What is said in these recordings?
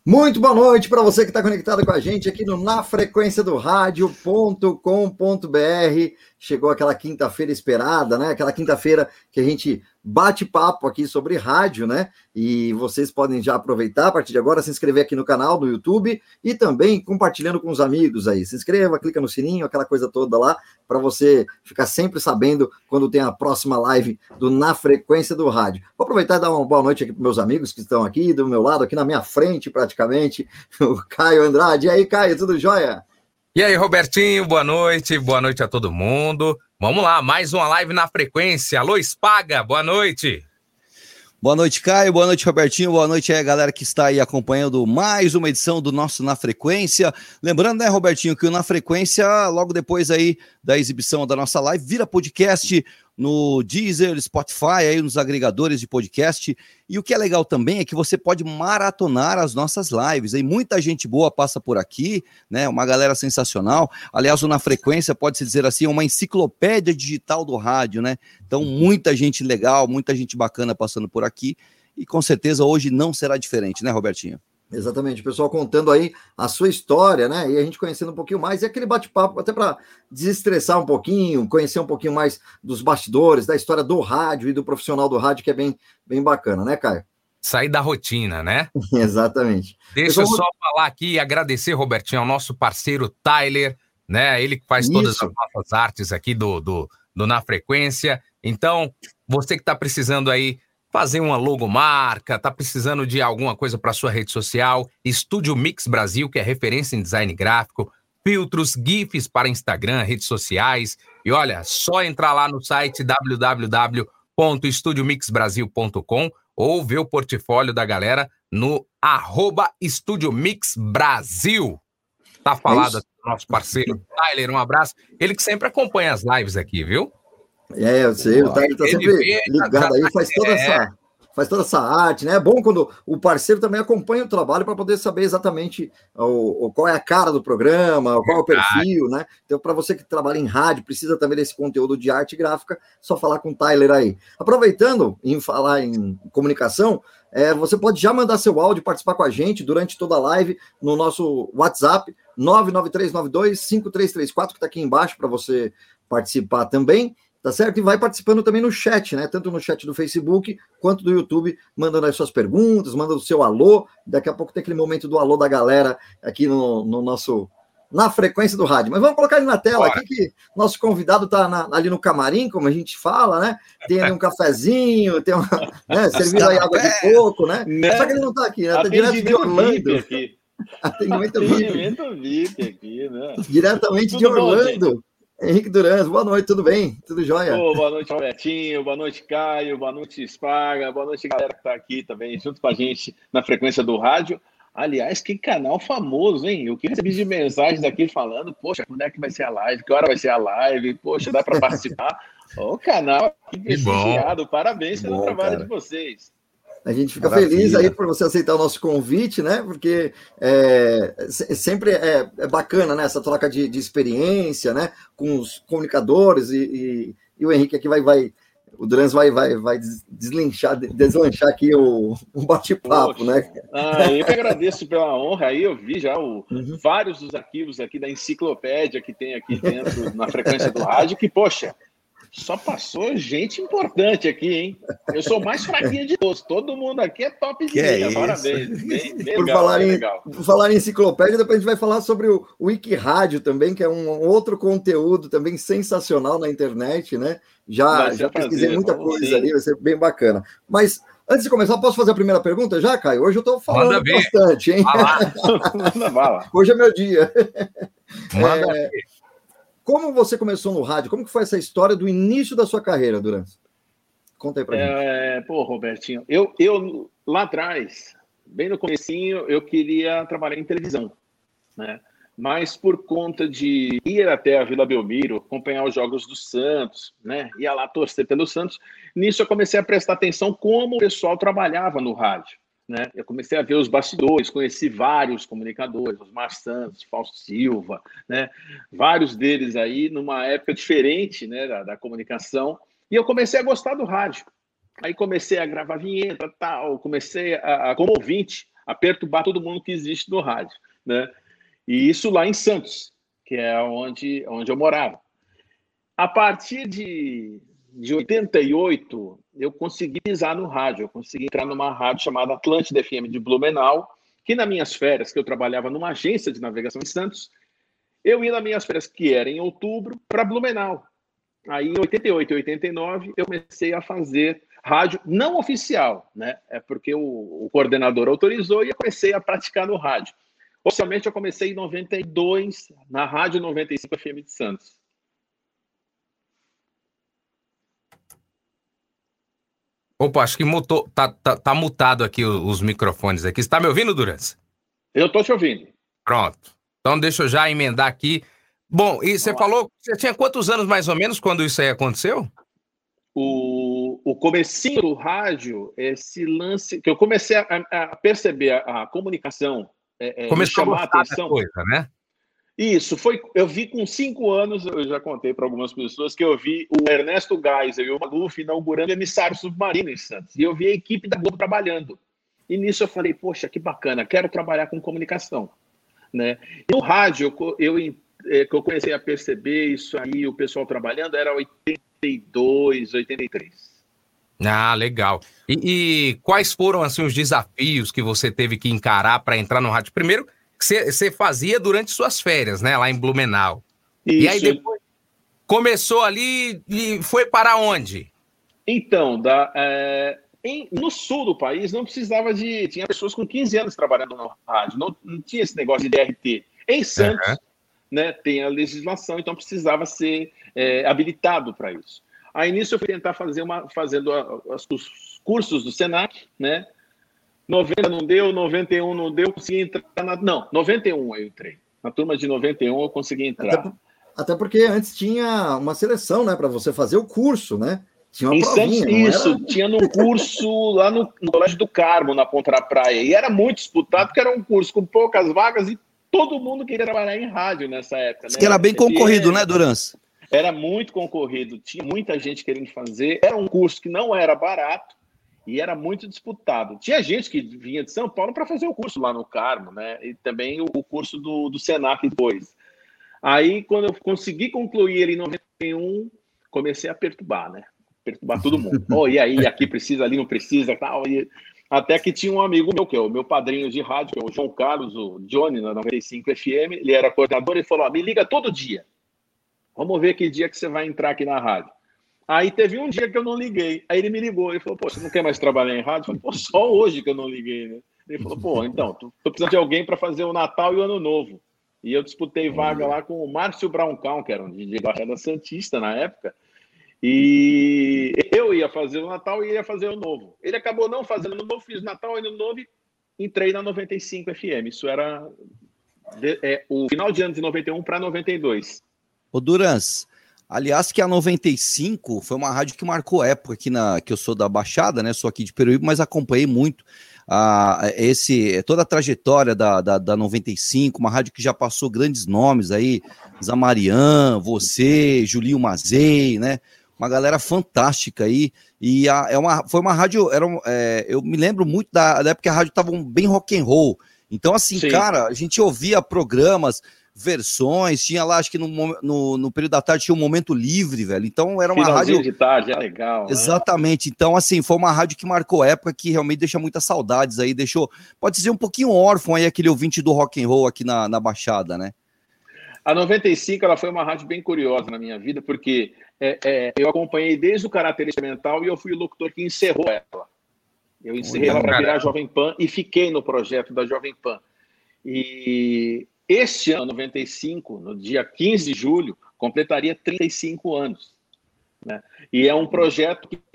Muito boa noite para você que está conectado com a gente aqui no nafrequenciadoradio.com.br. Chegou aquela quinta-feira esperada, né? Aquela quinta-feira que a gente bate papo aqui sobre rádio, né? E vocês podem já aproveitar a partir de agora, se inscrever aqui no canal do YouTube e também compartilhando com os amigos aí. Se inscreva, clica no sininho, aquela coisa toda lá, para você ficar sempre sabendo quando tem a próxima live do Na Frequência do Rádio. Vou aproveitar e dar uma boa noite aqui para meus amigos que estão aqui do meu lado, aqui na minha frente, praticamente, o Caio Andrade. E aí, Caio, tudo jóia? E aí, Robertinho, boa noite a todo mundo. Vamos lá, mais uma live na frequência. Alô, Spaga, boa noite. Boa noite, Caio, boa noite, Robertinho, boa noite aí, galera que está aí acompanhando mais uma edição do nosso Na Frequência. Lembrando, né, Robertinho, que o Na Frequência, logo depois aí da exibição da nossa live, vira podcast no Deezer, Spotify, aí nos agregadores de podcast. E o que é legal também é que você pode maratonar as nossas lives. Aí muita gente boa passa por aqui, né? Uma galera sensacional. Aliás, o Na Frequência pode-se dizer assim, uma enciclopédia digital do rádio, né? Então, muita gente legal, muita gente bacana passando por aqui. E com certeza hoje não será diferente, né, Robertinho? Exatamente, o pessoal contando aí a sua história, né? E a gente conhecendo um pouquinho mais, e aquele bate-papo até para desestressar um pouquinho, conhecer um pouquinho mais dos bastidores, da história do rádio e do profissional do rádio, que é bem bacana, né, Caio? Sair da rotina, né? Exatamente. Deixa eu só falar aqui e agradecer, Robertinho, ao nosso parceiro Tyler, né? Ele que faz todas as nossas artes aqui do Na Frequência. Então, você que está precisando aí fazer uma logomarca, tá precisando de alguma coisa para sua rede social, Estúdio Mix Brasil, que é referência em design gráfico, filtros, GIFs para Instagram, redes sociais. E olha, só entrar lá no site www.estudiomixbrasil.com ou ver o portfólio da galera no @estudiomixbrasil. Tá falado aqui do nosso parceiro Tyler, um abraço. Ele que sempre acompanha as lives aqui, viu? Eu sei, o Tyler tá sempre ligado aí, faz toda essa arte, né? É bom quando o parceiro também acompanha o trabalho para poder saber exatamente qual é a cara do programa, qual é o perfil, né? Então, para você que trabalha em rádio, precisa também desse conteúdo de arte gráfica, só falar com o Tyler aí. Aproveitando em falar em comunicação, você pode já mandar seu áudio, participar com a gente durante toda a live no nosso WhatsApp, 993925334, que está aqui embaixo para você participar também. Tá certo? E vai participando também no chat, né? Tanto no chat do Facebook quanto do YouTube, mandando as suas perguntas, mandando o seu alô. Daqui a pouco tem aquele momento do alô da galera aqui no nosso Na Frequência do Rádio. Mas vamos colocar ele na tela aqui, que nosso convidado tá ali no camarim, como a gente fala, né? Tem ali um cafezinho, tem uma, né? Servindo aí água de coco, né? Só que ele não tá aqui, né? Tá direto de Orlando. Atendimento VIP aqui, né? Diretamente de Orlando. Henrique Duran, boa noite, tudo bem? Tudo jóia? Boa noite, Robertinho, boa noite, Caio, boa noite, Spaga, boa noite, galera que está aqui também, junto com a gente na Frequência do Rádio. Aliás, que canal famoso, hein? Eu que recebi de mensagens aqui falando, poxa, quando é que vai ser a live? Que hora vai ser a live? Poxa, dá para participar? O canal aqui prestigiado, parabéns pelo trabalho de vocês. A gente fica feliz aí por você aceitar o nosso convite, né? Porque sempre é bacana, né? Essa troca de experiência, né? Com os comunicadores e o Henrique aqui o Durans vai deslanchar aqui o bate-papo, né? Eu que agradeço pela honra aí, eu vi já vários dos arquivos aqui da enciclopédia que tem aqui dentro na Frequência do Rádio, que, poxa, só passou gente importante aqui, hein? Eu sou mais fraquinho de todos. Todo mundo aqui é top de linha. Parabéns. Bem legal. Por falar em enciclopédia, depois a gente vai falar sobre o Wiki Rádio também, que é um outro conteúdo também sensacional na internet, né? Já pesquisei muita coisa ali, vai ser bem bacana. Mas antes de começar, posso fazer a primeira pergunta já, Caio? Hoje eu estou falando bastante, hein? Manda bala. Hoje é meu dia. Manda ver. Como você começou no rádio? Como que foi essa história do início da sua carreira, Durans? Conta aí pra gente. Robertinho, eu lá atrás, bem no comecinho, eu queria trabalhar em televisão, né? Mas por conta de ir até a Vila Belmiro, acompanhar os jogos do Santos, né? Ia lá torcer pelo Santos. Nisso eu comecei a prestar atenção como o pessoal trabalhava no rádio, né? Eu comecei a ver os bastidores, conheci vários comunicadores, Osmar Santos, Fausto Silva, né? Vários deles aí numa época diferente, né, da comunicação, e eu comecei a gostar do rádio. Aí comecei a gravar vinheta, tal, comecei como ouvinte a perturbar todo mundo que existe no rádio, né? E isso lá em Santos, que é onde eu morava. A partir de 88, eu consegui pisar no rádio, eu consegui entrar numa rádio chamada Atlântida FM de Blumenau, que nas minhas férias, que eu trabalhava numa agência de navegação em Santos, eu ia nas minhas férias, que era em outubro, para Blumenau. Aí, em 88 e 89, eu comecei a fazer rádio não oficial, né? É porque o coordenador autorizou e eu comecei a praticar no rádio. Oficialmente, eu comecei em 92, na Rádio 95 FM de Santos. Opa, acho que mutou, tá mutado aqui os microfones aqui. Você tá me ouvindo, Durans? Eu tô te ouvindo. Pronto. Então deixa eu já emendar aqui. Bom, e você falou, você tinha quantos anos mais ou menos quando isso aí aconteceu? O comecinho do rádio, esse lance, que eu comecei a perceber a comunicação, começou a chamar a atenção. Coisa, né? Isso, eu vi com 5 anos, eu já contei para algumas pessoas, que eu vi o Ernesto Geisel e o Maluf inaugurando o emissário submarino em Santos. E eu vi a equipe da Globo trabalhando. E nisso eu falei, poxa, que bacana, quero trabalhar com comunicação. Né? E no rádio, que eu comecei a perceber isso aí, o pessoal trabalhando, era 82, 83. Ah, legal. E quais foram assim, os desafios que você teve que encarar para entrar no rádio? Primeiro, você fazia durante suas férias, né? Lá em Blumenau. Isso. E aí depois começou ali e foi para onde? Então, no sul do país não precisava tinha pessoas com 15 anos trabalhando no rádio, não tinha esse negócio de DRT. Em Santos, né, tem a legislação, então precisava ser habilitado para isso. Aí nisso eu fui tentar fazendo os cursos do Senac, né? 90 não deu, 91 não deu, consegui entrar Não, 91 eu entrei. Na turma de 91 eu consegui entrar. Até porque antes tinha uma seleção, né, para você fazer o curso, né? Tinha uma provinha, Santos, isso, tinha num curso lá no Colégio do Carmo, na Ponta da Praia. E era muito disputado, porque era um curso com poucas vagas e todo mundo queria trabalhar em rádio nessa época. Né? Que era bem concorrido, né, Durans? Era muito concorrido, tinha muita gente querendo fazer. Era um curso que não era barato e era muito disputado. Tinha gente que vinha de São Paulo para fazer o curso lá no Carmo, né? E também o curso do Senac depois. Aí, quando eu consegui concluir ele em 91, comecei a perturbar, né? Perturbar todo mundo. E aí, aqui precisa, ali não precisa, tal. E até que tinha um amigo meu, que é o meu padrinho de rádio, que é o João Carlos, o Johnny, na 95 FM, ele era coordenador, ele falou, me liga todo dia. Vamos ver que dia que você vai entrar aqui na rádio. Aí teve um dia que eu não liguei. Aí ele me ligou, ele falou, você não quer mais trabalhar em rádio? Eu falei, só hoje que eu não liguei, né? Ele falou, então, tô precisando de alguém para fazer o Natal e o Ano Novo. E eu disputei vaga lá com o Márcio Brauncão, que era um DJ da Santista na época. E eu ia fazer o Natal e ia fazer o Novo. Ele acabou não fazendo o Novo, fiz Natal e Ano Novo e entrei na 95 FM. Isso era o final de ano de 91 para 92. Ô Durans, aliás, que a 95 foi uma rádio que marcou época aqui que eu sou da Baixada, né? Sou aqui de Peruíbe, mas acompanhei muito toda a trajetória da 95, uma rádio que já passou grandes nomes aí, Zamarian, você, Julinho Mazei, né? Uma galera fantástica aí. E foi uma rádio, eu me lembro muito da época que a rádio estava bem rock and roll. Então, assim, sim, cara, a gente ouvia programas, versões, tinha lá, acho que no período da tarde tinha um Momento Livre, velho, então era uma finalzinho rádio... de tarde, é legal. Exatamente, né? Então assim, foi uma rádio que marcou época, que realmente deixa muitas saudades aí, pode dizer, um pouquinho órfão aí, aquele ouvinte do rock and roll aqui na Baixada, né? A 95, ela foi uma rádio bem curiosa na minha vida, porque eu acompanhei desde o caráter experimental e eu fui o locutor que encerrou ela. Eu encerrei ela para virar Jovem Pan e fiquei no projeto da Jovem Pan. E este ano, 95, no dia 15 de julho, completaria 35 anos. Né? E é um projeto que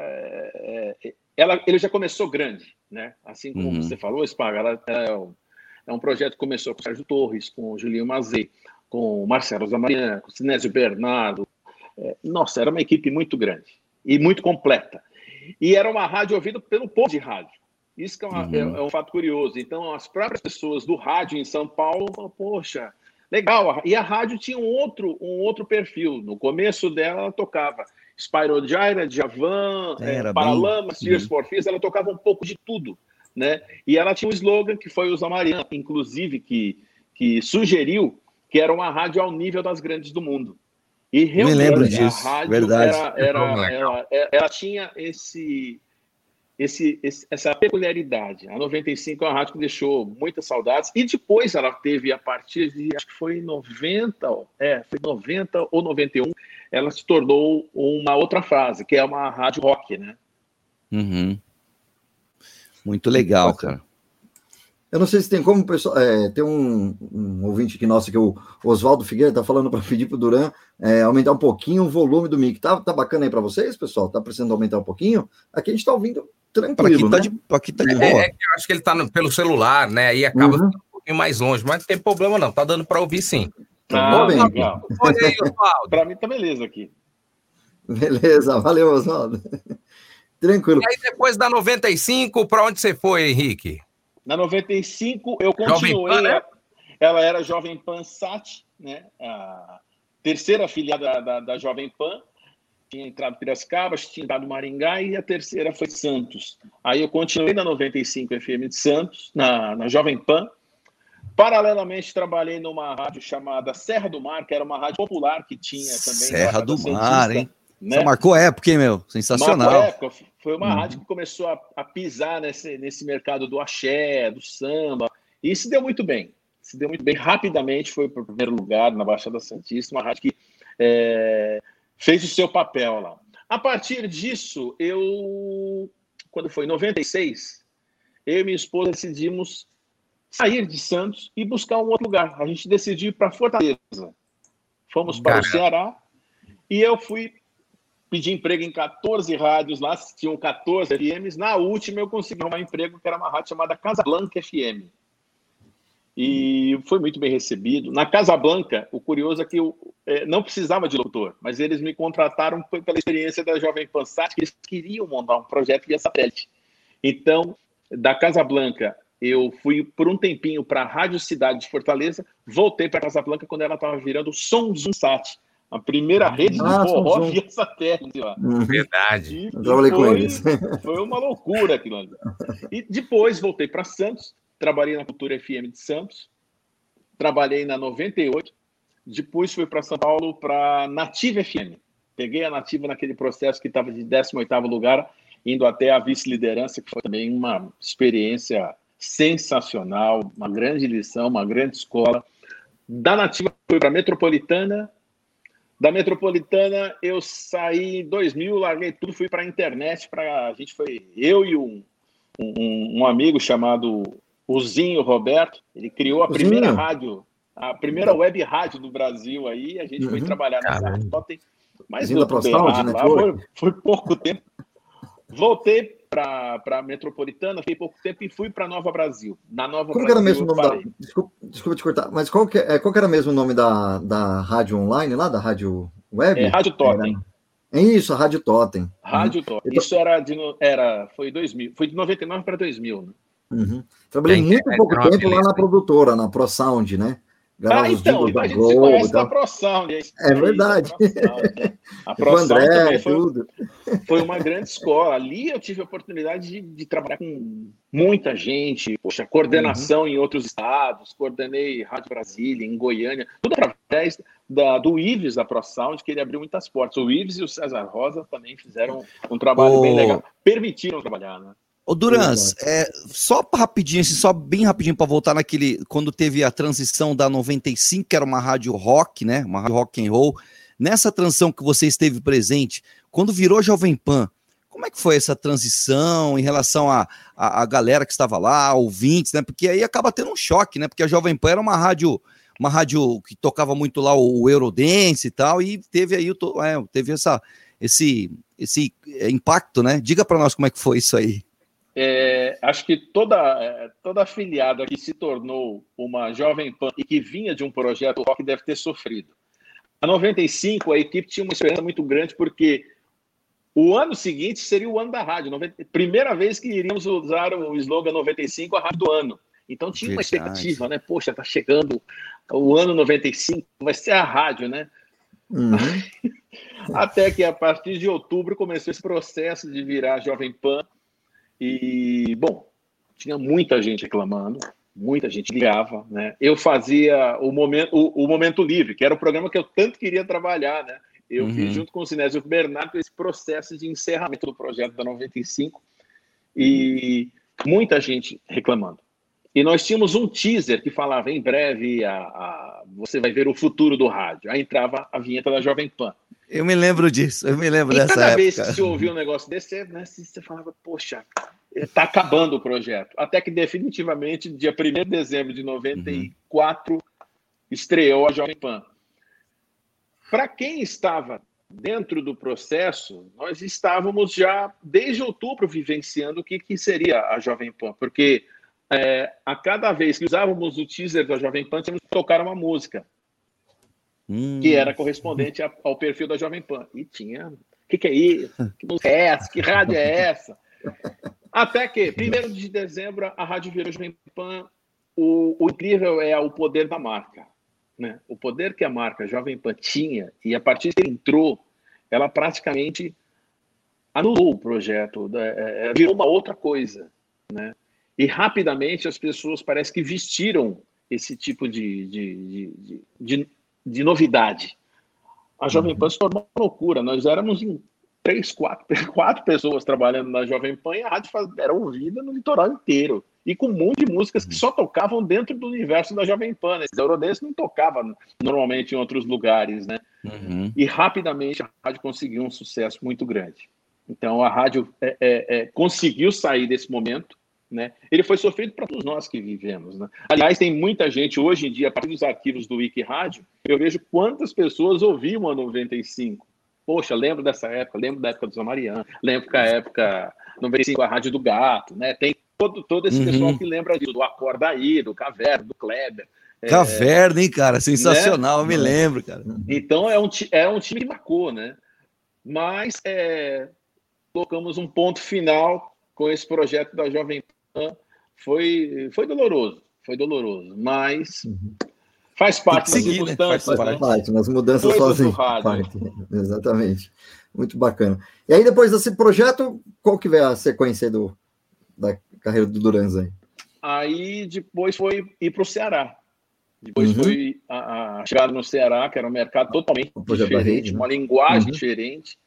ele já começou grande, né? Assim como você falou, Spaga, é um projeto que começou com o Sérgio Torres, com o Julinho Mazei, com o Marcelo Zamarian, com o Sinésio Bernardo. Nossa, era uma equipe muito grande e muito completa. E era uma rádio ouvida pelo povo de rádio. Isso que é um fato curioso. Então, as próprias pessoas do rádio em São Paulo falam, poxa, legal. E a rádio tinha um outro perfil. No começo dela, ela tocava Spyro Gyra, Djavan, Paralamas, Tears for Fears. Ela tocava um pouco de tudo. né? E ela tinha um slogan que foi o Zamarian, inclusive, que sugeriu que era uma rádio ao nível das grandes do mundo. E realmente, me lembro disso, a rádio verdade. ela tinha essa peculiaridade. A 95 é uma rádio que deixou muitas saudades, e depois ela teve, a partir de, acho que foi 90 ou 91, ela se tornou uma outra fase, que é uma rádio rock, né? Uhum. Muito legal, cara. Eu não sei se tem como, pessoal. Tem um ouvinte aqui nosso, que é o Oswaldo Figueira, tá falando para pedir pro Duran aumentar um pouquinho o volume do mic. Tá bacana aí para vocês, pessoal? Tá precisando aumentar um pouquinho? Aqui a gente tá ouvindo tranquilo, né? Aqui tá de boa. Eu acho que ele tá pelo celular, né? Aí acaba ficando um pouquinho mais longe, mas não tem problema não, tá dando para ouvir sim. Legal. Olha aí, Oswaldo. Para mim tá beleza aqui. Beleza, valeu, Oswaldo. Tranquilo. E aí depois da 95, para onde você foi, Henrique? Na 95, eu continuei. Pan, né? Ela era Jovem Pan Sat, né? A terceira afiliada da Jovem Pan. Tinha entrado Piracicaba, tinha entrado Maringá, e a terceira foi Santos. Aí eu continuei na 95 FM de Santos, na Jovem Pan. Paralelamente, trabalhei numa rádio chamada Serra do Mar, que era uma rádio popular que tinha também. Serra do Mar, hein? Né? Só marcou época, hein, meu? Sensacional. Marcou época. Foi uma rádio que começou a pisar nesse mercado do axé, do samba, e se deu muito bem. Se deu muito bem. Rapidamente foi para o primeiro lugar na Baixada Santista, uma rádio que fez o seu papel lá. A partir disso, quando foi em 96, eu e minha esposa decidimos sair de Santos e buscar um outro lugar. A gente decidiu ir para Fortaleza. Fomos para o Ceará e eu fui pedir emprego em 14 rádios lá, tinham 14 FMs. Na última eu consegui um emprego que era uma rádio chamada Casablanca FM. E foi muito bem recebido. Na Casablanca, o curioso é que eu não precisava de locutor, mas eles me contrataram pela experiência da Jovem Pan Sat, que eles queriam montar um projeto via satélite. Então, da Casablanca, eu fui por um tempinho para a Rádio Cidade de Fortaleza, voltei para Casablanca quando ela estava virando Som Zoom Sat, a primeira rede de forró via satélite. Verdade. Eu trabalhei com eles. Foi uma loucura aquilo ali. E depois voltei para Santos, trabalhei na Cultura FM de Santos, trabalhei na 98, depois fui para São Paulo para Nativa FM. Peguei a Nativa naquele processo que estava de 18º lugar, indo até a vice-liderança, que foi também uma experiência sensacional, uma grande lição, uma grande escola. Da Nativa fui para a Metropolitana. Da Metropolitana eu saí em 2000, larguei tudo, fui para a internet. Eu e um amigo chamado Uzinho Roberto. Ele criou a primeira rádio, a primeira web rádio do Brasil aí. A gente foi trabalhar nessa rádio. Mas foi pouco tempo. Voltei para a Metropolitana, fiquei pouco tempo e fui para Nova Brasil. Na Nova Como Brasil, era mesmo o nome Desculpa te cortar, mas qual que era mesmo o nome da rádio online lá, da rádio web? Rádio Totem. Isso, a Rádio Totem. Rádio Totem. Isso foi 2000, foi de 99 para 2000, né? Trabalhei muito pouco tempo lá na produtora, na ProSound, né? Então, a gente se conhece da ProSound. É verdade. A ProSound André, também foi uma grande escola. Ali eu tive a oportunidade de trabalhar com muita gente, coordenação em outros estados, coordenei Rádio Brasília, em Goiânia, tudo através do Ives da ProSound, que ele abriu muitas portas. O Ives e o César Rosa também fizeram um trabalho bem legal, permitiram trabalhar, né? Ô, Durans, só rapidinho, só bem rapidinho para voltar quando teve a transição da 95, que era uma rádio rock, né? Uma rádio rock and roll. Nessa transição que você esteve presente, quando virou Jovem Pan, como é que foi essa transição em relação à galera que estava lá, ouvintes, né? Porque aí acaba tendo um choque, né? Porque a Jovem Pan era uma rádio que tocava muito lá o Eurodance e tal, e teve aí teve esse impacto, né? Diga para nós como é que foi isso aí. Acho que toda afiliada que se tornou uma Jovem Pan e que vinha de um projeto rock deve ter sofrido. A 95, a equipe tinha uma esperança muito grande, porque o ano seguinte seria o ano da rádio. Primeira vez que iríamos usar o slogan 95, a rádio do ano. Então tinha uma expectativa, né? Poxa, tá chegando o ano 95, vai ser a rádio, né? Até que a partir de outubro começou esse processo de virar Jovem Pan. E, bom, tinha muita gente reclamando, muita gente ligava, né? Eu fazia o Momento Livre, que era o programa que eu tanto queria trabalhar, né? Eu fiz junto com o Sinésio Bernardo esse processo de encerramento do projeto da 95 e muita gente reclamando. E nós tínhamos um teaser que falava, em breve, você vai ver o futuro do rádio. Aí entrava a vinheta da Jovem Pan. Eu me lembro disso, eu me lembro dessa época. Cada vez que se ouvia um negócio desse, né, você falava, poxa, está acabando o projeto. Até que definitivamente, dia 1º de dezembro de 94, estreou a Jovem Pan. Para quem estava dentro do processo, nós estávamos já, desde outubro, vivenciando o que seria a Jovem Pan, porque a cada vez que usávamos o teaser da Jovem Pan, tínhamos que tocar uma música que era correspondente ao perfil da Jovem Pan. E tinha, o que é isso? Que música é essa? Que rádio é essa? Até que, 1º de dezembro, a rádio virou Jovem Pan. O incrível é o poder da marca, né? O poder que a marca Jovem Pan tinha, e a partir que entrou, ela praticamente anulou o projeto, virou uma outra coisa, né? E rapidamente as pessoas parece que vestiram esse tipo de novidade. A Jovem Pan se tornou uma loucura. Nós éramos em 4 pessoas trabalhando na Jovem Pan e a rádio era ouvida no litoral inteiro. E com um monte de músicas que só tocavam dentro do universo da Jovem Pan. Esse Eurodance não tocava normalmente em outros lugares, né? E rapidamente a rádio conseguiu um sucesso muito grande. Então a rádio conseguiu sair desse momento, né? Ele foi sofrido para todos nós que vivemos, né? Aliás, tem muita gente hoje em dia, a partir dos arquivos do Wiki Rádio, eu vejo quantas pessoas ouviam a 95. Poxa, lembro dessa época, lembro da época do Zé Mariano, lembro da época 95, a Rádio do Gato, né? Tem todo esse pessoal que lembra disso, do Acordaí, do Caverna, do Kleber. Caverna, hein, cara? Sensacional, né? Eu me lembro, cara. Então, é um time que marcou, né? Mas colocamos um ponto final com esse projeto da Jovem Pan. Foi doloroso, mas faz parte das circunstâncias, né? Faz parte, nas mudanças sozinho. Exatamente. Muito bacana. E aí, depois desse projeto, qual que veio a sequência da carreira do Durães aí? Aí, depois foi ir para o Ceará. Depois foi a chegada no Ceará, que era um mercado totalmente diferente, rede, né? Uma linguagem diferente.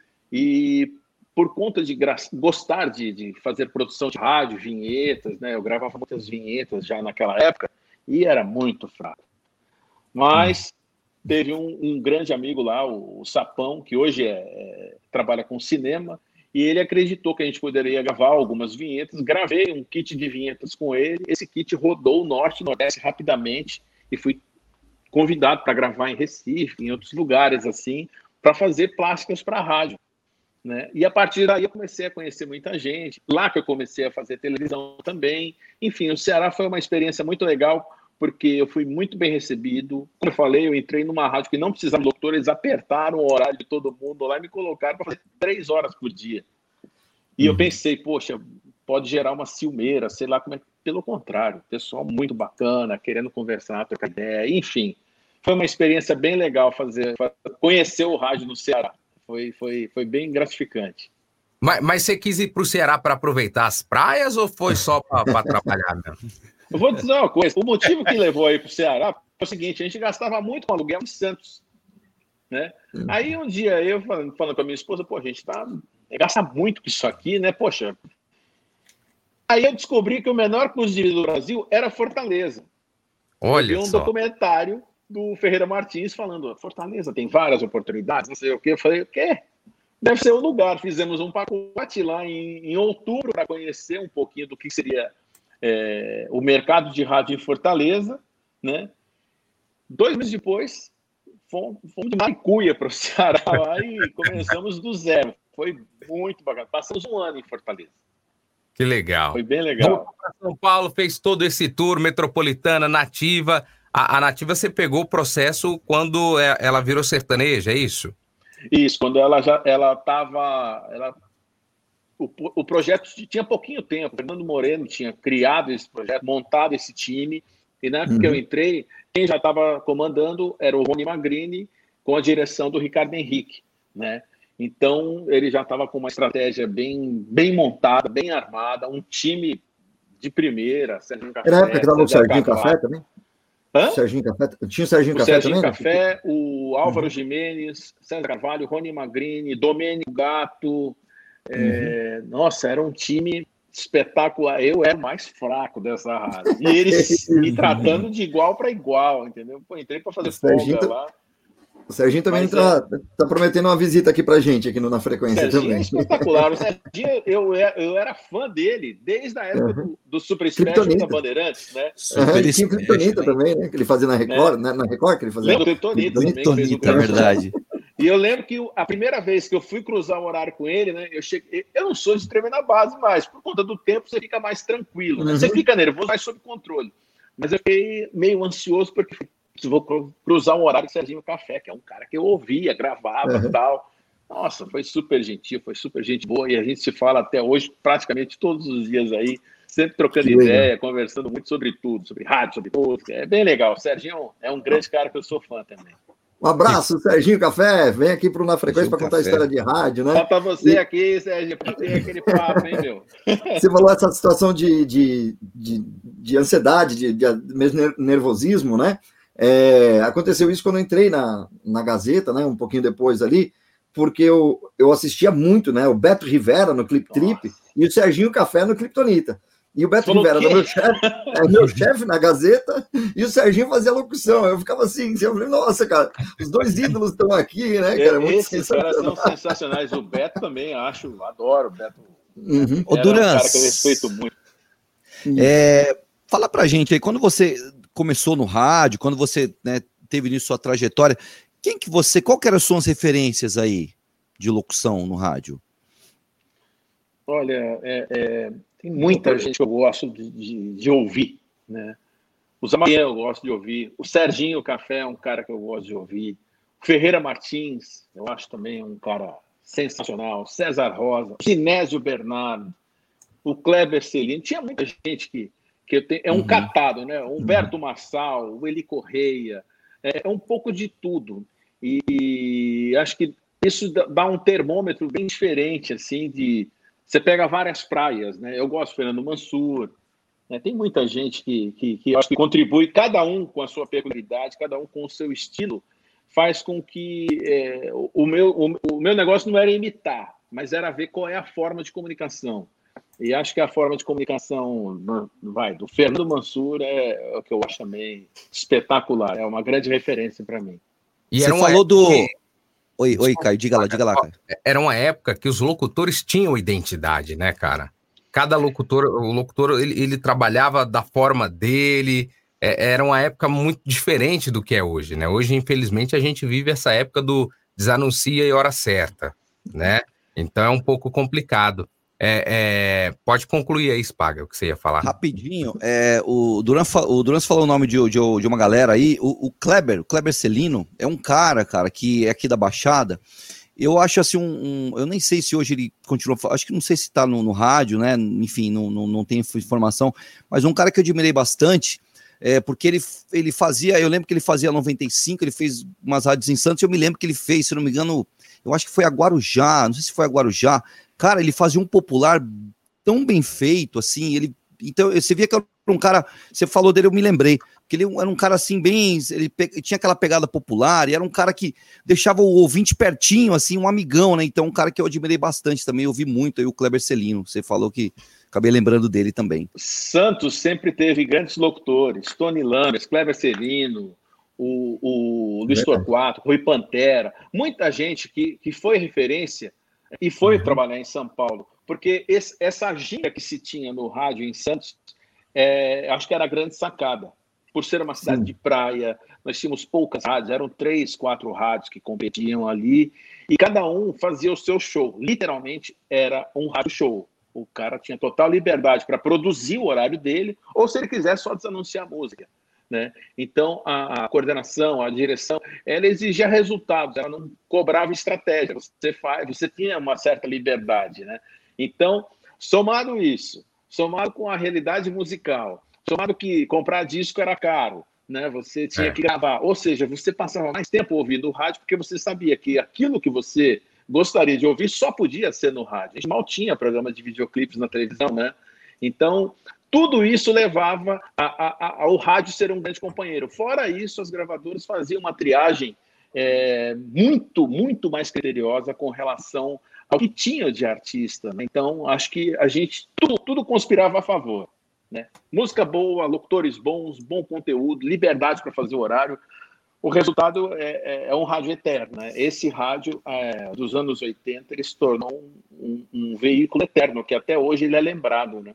E por conta de gostar de fazer produção de rádio, vinhetas, né? Eu gravava muitas vinhetas já naquela época e era muito fraco. Mas teve um grande amigo lá, o Sapão, que hoje trabalha com cinema, e ele acreditou que a gente poderia gravar algumas vinhetas. Gravei um kit de vinhetas com ele. Esse kit rodou o Norte e Nordeste rapidamente e fui convidado para gravar em Recife, em outros lugares assim, para fazer plásticas para a rádio, né? E a partir daí eu comecei a conhecer muita gente. Lá que eu comecei a fazer televisão também. Enfim, o Ceará foi uma experiência muito legal, porque eu fui muito bem recebido. Como eu falei, eu entrei numa rádio que não precisava de locutor, eles apertaram o horário de todo mundo lá e me colocaram para fazer 3 horas por dia. E eu pensei, poxa, pode gerar uma ciumeira, sei lá como é. Pelo contrário, pessoal muito bacana, querendo conversar, trocar ideia, enfim. Foi uma experiência bem legal conhecer o rádio no Ceará. Foi bem gratificante. Mas você quis ir para o Ceará para aproveitar as praias ou foi só para trabalhar mesmo? Eu vou dizer uma coisa, o motivo que levou aí para o Ceará foi o seguinte: a gente gastava muito com aluguel em Santos, né? Aí um dia eu falando com a minha esposa, pô, a gente gasta muito com isso aqui, né? Poxa. Aí eu descobri que o menor custo de vida do Brasil era Fortaleza. Olha, eu vi um documentário do Ferreira Martins falando, Fortaleza tem várias oportunidades, não sei o quê. Eu falei, o quê? Deve ser o lugar. Fizemos um pacote lá em outubro para conhecer um pouquinho do que seria o mercado de rádio em Fortaleza, né? 2 meses depois, fomos de Maicuia para o Ceará lá e começamos do zero. Foi muito bacana. Passamos 1 ano em Fortaleza. Que legal. Foi bem legal. São Paulo fez todo esse tour, Metropolitana, Nativa. A Nativa você pegou o processo quando ela virou sertaneja, é isso? Isso, quando ela estava... O projeto tinha pouquinho tempo. O Fernando Moreno tinha criado esse projeto, montado esse time. E na época que eu entrei, quem já estava comandando era o Rony Magrini, com a direção do Ricardo Henrique, né? Então, ele já estava com uma estratégia bem montada, bem armada, um time de primeira, Serginho Café. Era a época que dava o Serginho Café Café também? Hã? Serginho Café, tinha o Serginho Café Serginho também? Café, o Álvaro Gimenez, César Carvalho, Rony Magrini, Domênico Gato. Nossa, era um time espetacular. Eu era o mais fraco dessa rádio. E eles me tratando de igual para igual, entendeu? Pô, entrei para fazer folga lá. O Serginho também tá prometendo uma visita aqui pra gente, aqui Na Frequência também. É espetacular. O Serginho, eu era fã dele desde a época do Super Special da Bandeirantes, né? E tinha o Kryptonita também, né? Que ele fazia na Record, né? Na Record que ele fazia. Lembro do Kryptonita, é verdade. E eu lembro que a primeira vez que eu fui cruzar o horário com ele, né? Eu não sou de tremer na base mais, por conta do tempo você fica mais tranquilo, né? Você fica nervoso, mais sob controle. Mas eu fiquei meio ansioso porque vou cruzar um horário com o Serginho Café, que é um cara que eu ouvia, gravava e tal. Nossa, foi super gentil, foi super gente boa, e a gente se fala até hoje praticamente todos os dias aí, sempre trocando ideia, conversando muito sobre tudo, sobre rádio, sobre música. É bem legal. O Serginho é um grande cara que eu sou fã também. Um abraço, Serginho Café. Vem aqui para o Na Frequência para contar a história de rádio, né? Falta você aqui, Serginho, para ter aquele papo, hein, meu? Você falou essa situação de ansiedade, de mesmo nervosismo, né? Aconteceu isso quando eu entrei na Gazeta, né? Um pouquinho depois ali, porque eu assistia muito, né? O Beto Rivera no Clip Trip e o Serginho Café no Kryptonita. E o Beto Rivera era meu chefe na Gazeta, e o Serginho fazia a locução. Eu ficava assim, eu falei, nossa, cara, os dois ídolos estão aqui, né, cara? Esses caras são sensacionais. O Beto também, adoro o Beto. Ô, Duran, um cara que eu respeito muito. Fala pra gente aí, quando você começou no rádio, quando você, né, teve nisso sua trajetória, qual que eram as suas referências aí de locução no rádio? Olha, tem muita gente que eu gosto de ouvir, né? O Zamaria eu gosto de ouvir. O Serginho Café é um cara que eu gosto de ouvir. O Ferreira Martins, eu acho também um cara sensacional. César Rosa, o Sinésio Bernardo, o Kleber Celino. Tinha muita gente que é um catado, né? O Humberto Massal, o Eli Correia. É um pouco de tudo. E acho que isso dá um termômetro bem diferente, assim, de... Você pega várias praias, né? Eu gosto do Fernando Mansur, né? Tem muita gente que eu acho que contribui, cada um com a sua peculiaridade, cada um com o seu estilo, faz com que o meu negócio não era imitar, mas era ver qual é a forma de comunicação. E acho que a forma de comunicação do Fernando Mansur é o que eu acho também espetacular, é uma grande referência para mim. E você falou do... Oi, Caio, diga lá, Caio. Era uma época que os locutores tinham identidade, né, cara? Cada locutor, ele trabalhava da forma dele, era uma época muito diferente do que é hoje, né? Hoje, infelizmente, a gente vive essa época do desanuncia e hora certa, né? Então é um pouco complicado. Pode concluir aí, Spaga, o que você ia falar. Rapidinho, o Duran falou o nome de uma galera aí, o Kleber Celino é um cara, que é aqui da Baixada. Eu acho assim, eu nem sei se hoje ele continua, acho que não sei se tá no rádio, né, enfim, não tenho informação, mas um cara que eu admirei bastante, porque ele fazia, eu lembro que ele fazia 95, ele fez umas rádios em Santos, eu me lembro que ele fez, se não me engano, eu acho que foi a Guarujá, não sei se foi a Guarujá. Cara, ele fazia um popular tão bem feito, assim, então você via que era um cara, você falou dele, eu me lembrei, que ele era um cara assim, ele tinha aquela pegada popular, e era um cara que deixava o ouvinte pertinho, assim, um amigão, né, então um cara que eu admirei bastante também, eu vi muito aí o Kleber Celino, você falou que acabei lembrando dele também. Santos sempre teve grandes locutores, Tony Lammers, Kleber Celino, o Luiz Torquato, Rui Pantera, muita gente que foi referência e foi trabalhar em São Paulo, porque essa ginga que se tinha no rádio em Santos, acho que era a grande sacada. Por ser uma cidade de praia, nós tínhamos poucas rádios, eram 3, 4 rádios que competiam ali, e cada um fazia o seu show. Literalmente, era um rádio show. O cara tinha total liberdade para produzir o horário dele, ou se ele quiser só desanunciar a música, né? Então, a coordenação, a direção, ela exigia resultados, ela não cobrava estratégia. Você tinha uma certa liberdade, né? Então, somado com a realidade musical, somado que comprar disco era caro, né? Você tinha que gravar, ou seja, você passava mais tempo ouvindo o rádio porque você sabia que aquilo que você gostaria de ouvir só podia ser no rádio. A gente mal tinha programa de videoclipes na televisão, né? Então, tudo isso levava ao rádio ser um grande companheiro. Fora isso, as gravadoras faziam uma triagem muito, muito mais criteriosa com relação ao que tinha de artista, né? Então, acho que a gente, tudo conspirava a favor, né? Música boa, locutores bons, bom conteúdo, liberdade para fazer o horário. O resultado é um rádio eterno, né? Esse rádio, dos anos 80, ele se tornou um veículo eterno, que até hoje ele é lembrado, né?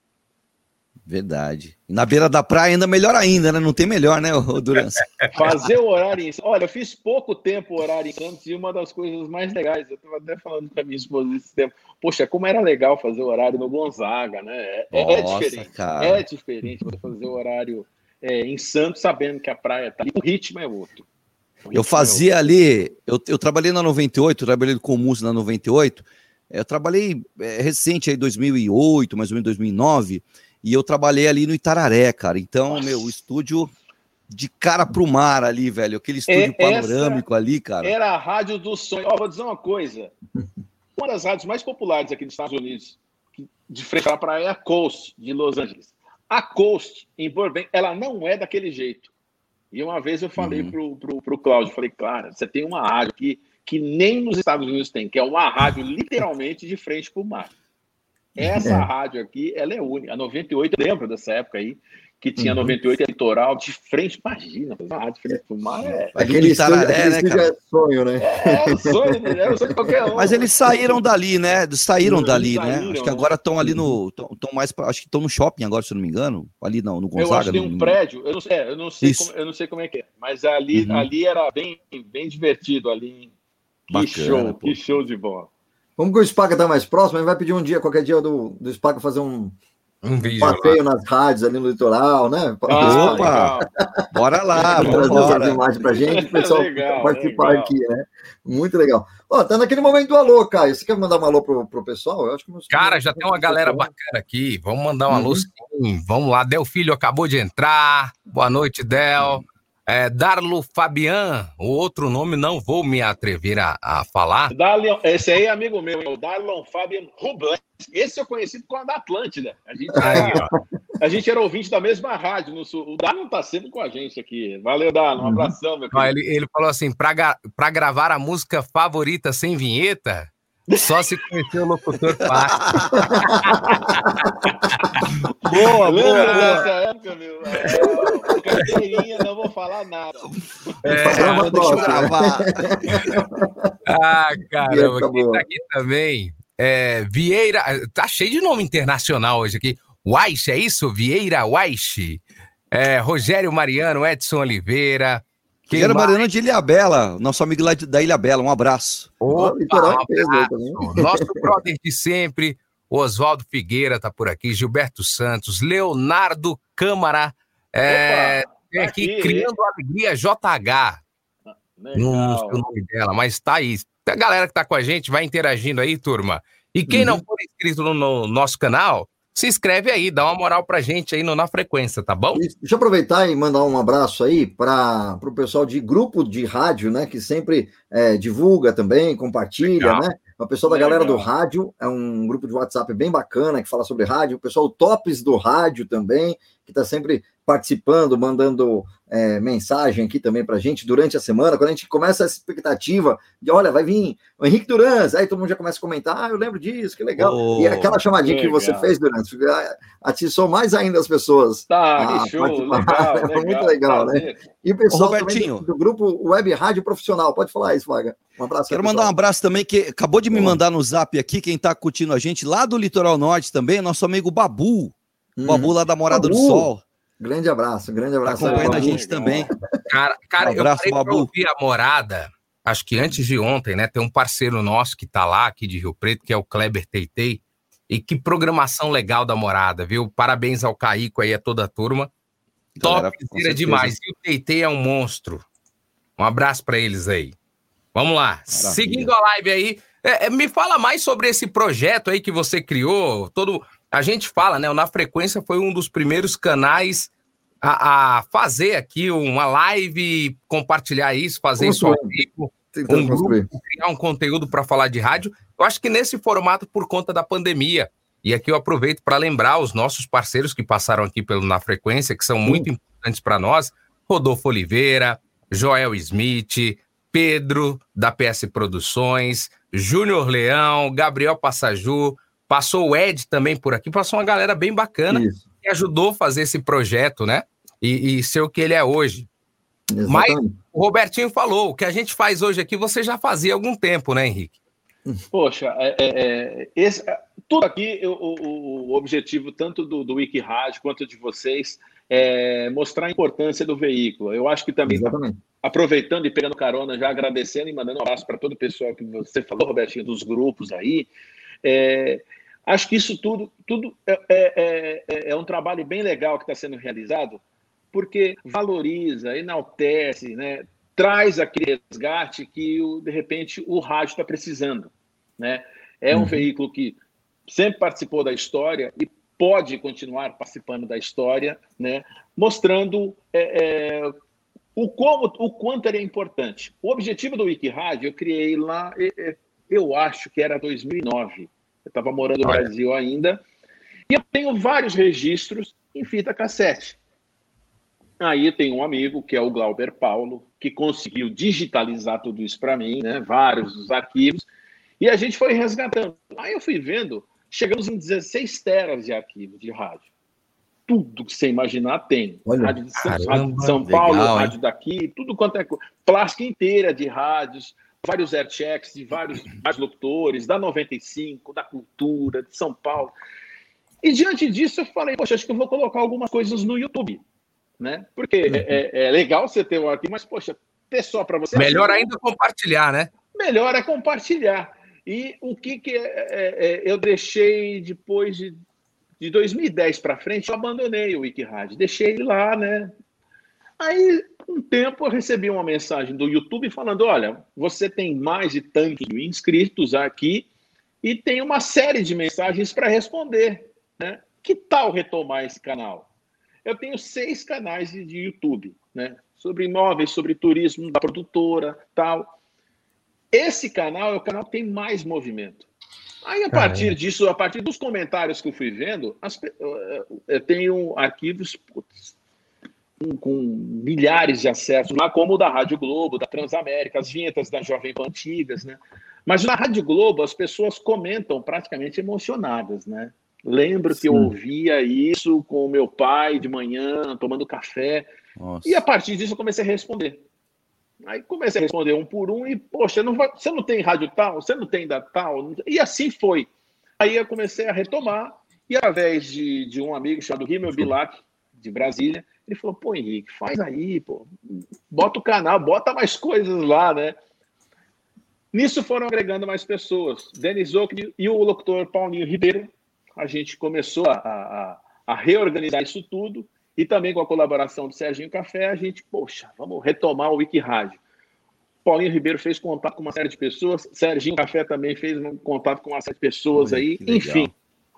Verdade. E na beira da praia ainda melhor ainda, né? Não tem melhor, né, Durança? Fazer o horário em... Olha, eu fiz pouco tempo o horário em Santos e uma das coisas mais legais, eu estava até falando com a minha esposa esse tempo, poxa, como era legal fazer o horário no Gonzaga, né? Nossa, diferente, cara. É diferente você fazer o horário em Santos sabendo que a praia tá ali, o ritmo é outro. Eu fazia ali, eu trabalhei na 98, trabalhei com música na 98, eu trabalhei recente aí, 2008, mais ou menos 2009, e eu trabalhei ali no Itararé, cara. Então, Nossa. O estúdio de cara pro mar ali, velho. Aquele estúdio panorâmico ali, cara. Era a rádio do sonho. Vou dizer uma coisa. Uma das rádios mais populares aqui dos Estados Unidos, de frente à praia, é a Coast, de Los Angeles. A Coast, em Burbank, ela não é daquele jeito. E uma vez eu falei pro Cláudio, falei, cara, você tem uma rádio aqui que nem nos Estados Unidos tem, que é uma rádio literalmente de frente pro mar. Essa rádio aqui, ela é única. A 98, eu lembro dessa época aí, que tinha 98 litoral de frente, imagina, a rádio de frente pro mar aquele Itararé, né, cara? É sonho, né? É sonho de qualquer um. Mas eles saíram dali, né? Saíram dali, né? Acho que agora estão ali no... Estão mais pra, acho que estão no shopping agora, se eu não me engano. Ali não, no Gonzaga. Eu acho que tem um prédio, eu não sei como é que é. Mas ali era bem divertido ali. Bacana, que show de bola. Como que o Spaga tá mais próximo, a gente vai pedir um dia, qualquer dia do Spaga fazer um vídeo passeio nas rádios ali no litoral, né? Opa! Bora lá, vamos trazer essa imagem pra gente, o pessoal participar aqui, né? Muito legal. Ó, tá naquele momento do alô, Caio. Você quer mandar um alô pro pessoal? Eu acho que cara, já tem uma galera bacana aqui. Vamos mandar um alô sim. Vamos lá. Del Filho acabou de entrar. Boa noite, Del. Darlo Fabian, o outro nome não vou me atrever a falar. Esse aí é amigo meu, o Darlon Fabian Rublé. Esse eu conheci por causa da Atlântida. A gente era ouvinte da mesma rádio no Sul. O Darlon tá sempre com a gente aqui. Valeu, Darlon. Um abração, meu querido. Ele falou assim, pra gravar a música favorita sem vinheta, só se conhecer o locutor fácil. Boa. Dessa época, meu. Carteirinha, não vou falar nada. Deixa eu gravar. Caramba, quem tá aqui também Vieira, tá cheio de nome internacional hoje aqui. Waish, é isso? Vieira Waish. Rogério Mariano, Edson Oliveira. Rogério Mariano de Ilhabela, nosso amigo lá da Ilhabela, um abraço. Opa, nosso brother de sempre, Oswaldo Figueira tá por aqui, Gilberto Santos, Leonardo Câmara, tem aqui Criando Alegria JH. Não sei o nome dela, mas tá aí. A galera que tá com a gente vai interagindo aí, turma. E quem não for inscrito no nosso canal, se inscreve aí, dá uma moral pra gente aí Na Frequência, tá bom? Deixa eu aproveitar e mandar um abraço aí para o pessoal de grupo de rádio, né, que sempre divulga também, compartilha, né? O pessoal da galera do rádio, é um grupo de WhatsApp bem bacana, que fala sobre rádio. O pessoal Tops do Rádio também, que está sempre participando, mandando mensagem aqui também pra gente durante a semana, quando a gente começa essa expectativa de, olha, vai vir o Henrique Durança, aí todo mundo já começa a comentar, eu lembro disso, que legal. E aquela chamadinha que você fez, Durança, atiçou mais ainda as pessoas. Que show, legal. Muito legal, né? E o pessoal também do grupo Web Rádio Profissional, pode falar isso, Vaga. Um abraço. Quero mandar um abraço também, que acabou de me mandar no zap aqui, quem tá curtindo a gente, lá do Litoral Norte também, nosso amigo Babu. Babu lá da Morada do Sol. Grande abraço. Tá acompanhando a gente também. Cara, eu parei pra ouvir a Morada, acho que antes de ontem, né? Tem um parceiro nosso que tá lá, aqui de Rio Preto, que é o Kleber Teitei. E que programação legal da Morada, viu? Parabéns ao Caico aí, a toda a turma. Top, demais. E o Teitei é um monstro. Um abraço pra eles aí. Vamos lá. Maravilha. Seguindo a live aí, me fala mais sobre esse projeto aí que você criou. A gente fala, né? O Na Frequência foi um dos primeiros canais a fazer aqui uma live, compartilhar isso, fazer isso ao vivo, grupo, criar um conteúdo para falar de rádio. Eu acho que nesse formato, por conta da pandemia. E aqui eu aproveito para lembrar os nossos parceiros que passaram aqui Na Frequência, que são muito importantes para nós: Rodolfo Oliveira, Joel Smith, Pedro, da PS Produções, Júnior Leão, Gabriel Passaju, passou o Ed também por aqui, passou uma galera bem bacana que ajudou a fazer esse projeto, né? E ser o que ele é hoje. Exatamente. Mas o Robertinho falou, o que a gente faz hoje aqui, você já fazia há algum tempo, né, Henrique? Poxa, tudo aqui, o objetivo tanto do Wiki Rádio quanto de vocês é mostrar a importância do veículo. Eu acho que também, aproveitando e pegando carona, já agradecendo e mandando um abraço para todo o pessoal que você falou, Robertinho, dos grupos aí. Acho que isso tudo é um trabalho bem legal que está sendo realizado, porque valoriza, enaltece, né? Traz aquele resgate que, de repente, o rádio está precisando, né? É um veículo que sempre participou da história e pode continuar participando da história, né? Mostrando o quanto ele é importante. O objetivo do Wiki Rádio eu criei lá, eu acho que era 2009. Eu estava morando no Brasil ainda. E eu tenho vários registros em fita cassete. Aí tem um amigo, que é o Glauber Paulo, que conseguiu digitalizar tudo isso para mim, né? Vários dos arquivos. E a gente foi resgatando. Aí eu fui vendo, chegamos em 16 teras de arquivo de rádio. Tudo que você imaginar tem. Olha, rádio de São Paulo, legal, rádio daqui, tudo quanto é coisa. Plástica inteira de rádios, vários airchecks de vários locutores, da 95, da Cultura, de São Paulo. E diante disso eu falei, poxa, acho que eu vou colocar algumas coisas no YouTube, né? Porque é legal você ter um arquivo, mas, poxa, ter só para você... Melhor ainda compartilhar, né? Melhor é compartilhar. E o que eu deixei depois de 2010 para frente, eu abandonei o Wiki Rádio, deixei ele lá, né? Aí, um tempo, eu recebi uma mensagem do YouTube falando, olha, você tem mais de tantos mil inscritos aqui e tem uma série de mensagens para responder, né? Que tal retomar esse canal? Eu tenho 6 canais de YouTube, né? Sobre imóveis, sobre turismo, da produtora, tal. Esse canal é o canal que tem mais movimento. Aí, a partir disso, a partir dos comentários que eu fui vendo, eu tenho arquivos com milhares de acessos, lá como o da Rádio Globo, da Transamérica, as vinhetas da Jovem Pan antigas, né? Mas na Rádio Globo, as pessoas comentam praticamente emocionadas, né? Lembro que eu ouvia isso com o meu pai de manhã, tomando café. Nossa. E a partir disso eu comecei a responder. Aí comecei a responder um por um e, poxa, você não tem rádio tal? Você não tem da tal? E assim foi. Aí eu comecei a retomar e, através de um amigo chamado Rimmel Bilac, de Brasília, ele falou, pô, Henrique, faz aí, pô, bota o canal, bota mais coisas lá, né? Nisso foram agregando mais pessoas. Denis Ockley e o locutor Paulinho Ribeiro, a gente começou a reorganizar isso tudo. E também com a colaboração do Serginho Café, a gente, poxa, vamos retomar o Wiki Rádio. Paulinho Ribeiro fez contato com uma série de pessoas, Serginho Café também fez contato com uma série de pessoas aí. Enfim,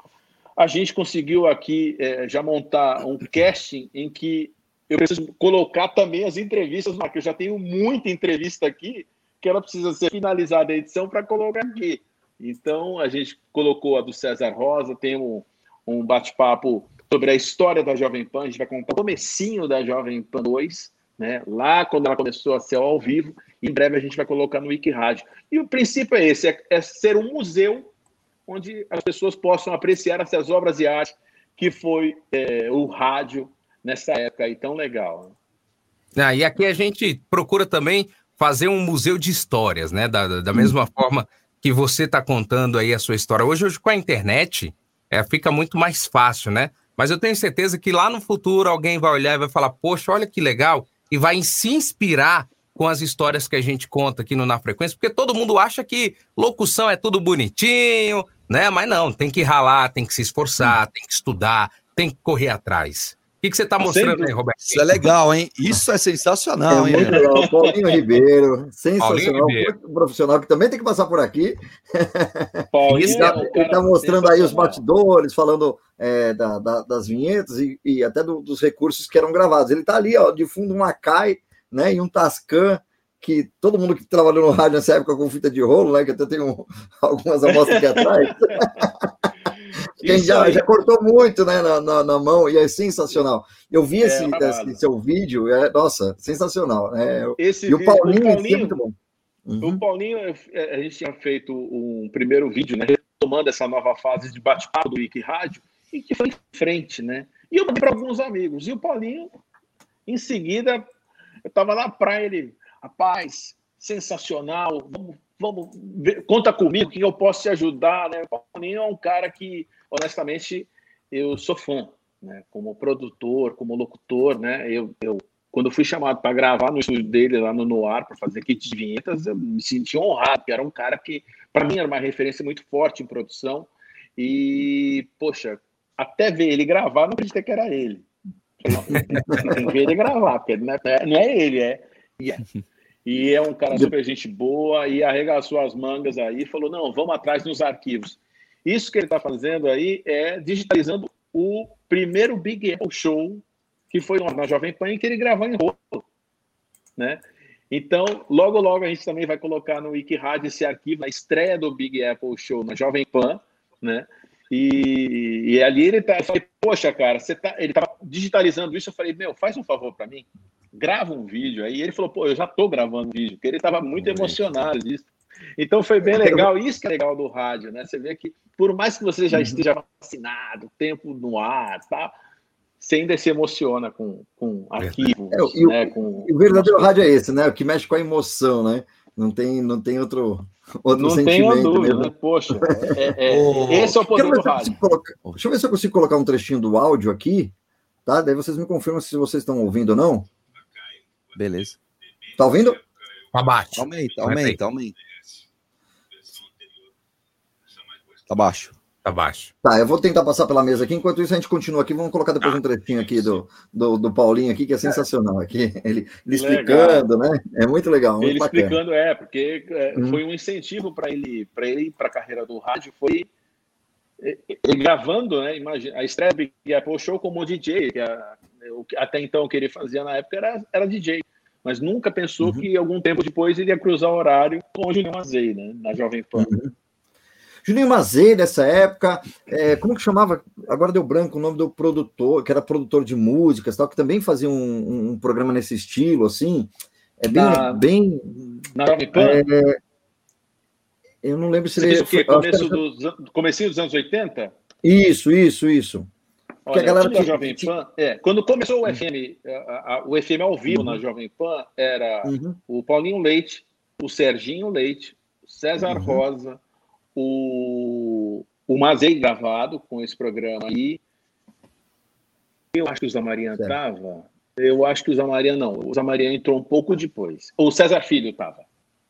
a gente conseguiu aqui já montar um casting em que eu preciso colocar também as entrevistas, porque eu já tenho muita entrevista aqui, que ela precisa ser finalizada a edição para colocar aqui. Então, a gente colocou a do César Rosa, tem um bate-papo sobre a história da Jovem Pan, a gente vai contar o comecinho da Jovem Pan 2, né? Lá quando ela começou a ser ao vivo, em breve a gente vai colocar no Wiki Rádio. E o princípio é esse, é ser um museu onde as pessoas possam apreciar essas obras de arte que foi o rádio nessa época aí tão legal. E aqui a gente procura também fazer um museu de histórias, né? Da mesma forma que você está contando aí a sua história. Hoje com a internet, fica muito mais fácil, né? Mas eu tenho certeza que lá no futuro alguém vai olhar e vai falar, poxa, olha que legal, e vai se inspirar com as histórias que a gente conta aqui no Na Frequência, porque todo mundo acha que locução é tudo bonitinho, né? Mas não, tem que ralar, tem que se esforçar, tem que estudar, tem que correr atrás. O que você está mostrando aí, Roberto? Isso é legal, hein? Isso é sensacional, hein? Muito legal. Paulinho Ribeiro, sensacional, muito profissional, que também tem que passar por aqui. Paulinho, ele está mostrando aí os bastidores, falando das vinhetas e até dos recursos que eram gravados. Ele está ali, ó, de fundo, um Akai, né, e um Tascam, que todo mundo que trabalhou no rádio nessa época com fita de rolo, né, que até tem algumas amostras aqui atrás. Quem já cortou muito, né, na mão, e é sensacional. Eu vi esse seu vídeo, nossa, sensacional. E o Paulinho é muito bom. O Paulinho, a gente tinha feito um primeiro vídeo, né, retomando essa nova fase de bate-papo do Wiki Rádio, e que foi em frente, né? E eu mandei para alguns amigos. E o Paulinho, em seguida, eu estava na praia, ele, rapaz, sensacional, vamos ver, conta comigo, o que eu posso te ajudar, né? O Paulinho é um cara que, honestamente, eu sou fã, né? Como produtor, como locutor, né? Quando eu fui chamado para gravar no estúdio dele lá no Noir, para fazer kit de vinhetas, eu me senti honrado, porque era um cara que, para mim, era uma referência muito forte em produção. E, poxa, até ver ele gravar, não acreditei que era ele. Tem que ver ele gravar, porque não é ele, E é um cara super gente boa e arregaçou as mangas aí e falou, não, vamos atrás nos arquivos. Isso que ele está fazendo aí é digitalizando o primeiro Big Apple Show que foi na Jovem Pan, que ele gravou em rolo, né? Então, logo a gente também vai colocar no Wiki Rádio esse arquivo, a estreia do Big Apple Show na Jovem Pan, né? E ali eu falei, poxa, cara, ele estava digitalizando isso, eu falei, faz um favor para mim, grava um vídeo aí. Ele falou, pô, eu já estou gravando um vídeo, porque ele estava muito emocionado disso. Então foi bem legal, isso que é legal do rádio, né? Você vê que, por mais que você já esteja vacinado, tempo no ar, tá? Você ainda se emociona com arquivo. Né? O verdadeiro rádio é esse, né? O que mexe com a emoção, né? Não tem outro não sentimento. Não tenho dúvida, né? Poxa, esse é o poder do rádio. Deixa eu ver se eu consigo colocar um trechinho do áudio aqui, tá? Daí vocês me confirmam se vocês estão ouvindo ou não. Beleza. Tá ouvindo? Abaixo. Aumenta. Tá baixo. Tá baixo. Tá, eu vou tentar passar pela mesa aqui. Enquanto isso, a gente continua aqui. Vamos colocar depois um trechinho aqui do Paulinho aqui, que é sensacional. Aqui, ele explicando, né? É muito legal. Muito ele bacana. Explicando, porque foi um incentivo para ele para a carreira do rádio. Foi ele gravando, né? Imagina, a estreia do Big Apple Show como DJ, até então o que ele fazia na época era DJ. Mas nunca pensou que algum tempo depois ele ia cruzar o horário com o Juninho Mazei, né? Na Jovem Pan. Juninho Mazei, nessa época, como que chamava? Agora deu branco o nome do produtor, que era produtor de músicas, tal, que também fazia um programa nesse estilo, assim. Bem. Na Jovem Pan? Eu não lembro se ele. Fez o quê? Comecinho dos anos 80? Isso. Olha, a galera da Jovem Pan, quando começou o FM, o FM ao vivo na Jovem Pan, era o Paulinho Leite, o Serginho Leite, o César Rosa, o Mazei gravado com esse programa aí. Eu acho que o Zamarian estava. Eu acho que o Zamarian não. O Zamarian entrou um pouco depois. O César Filho estava.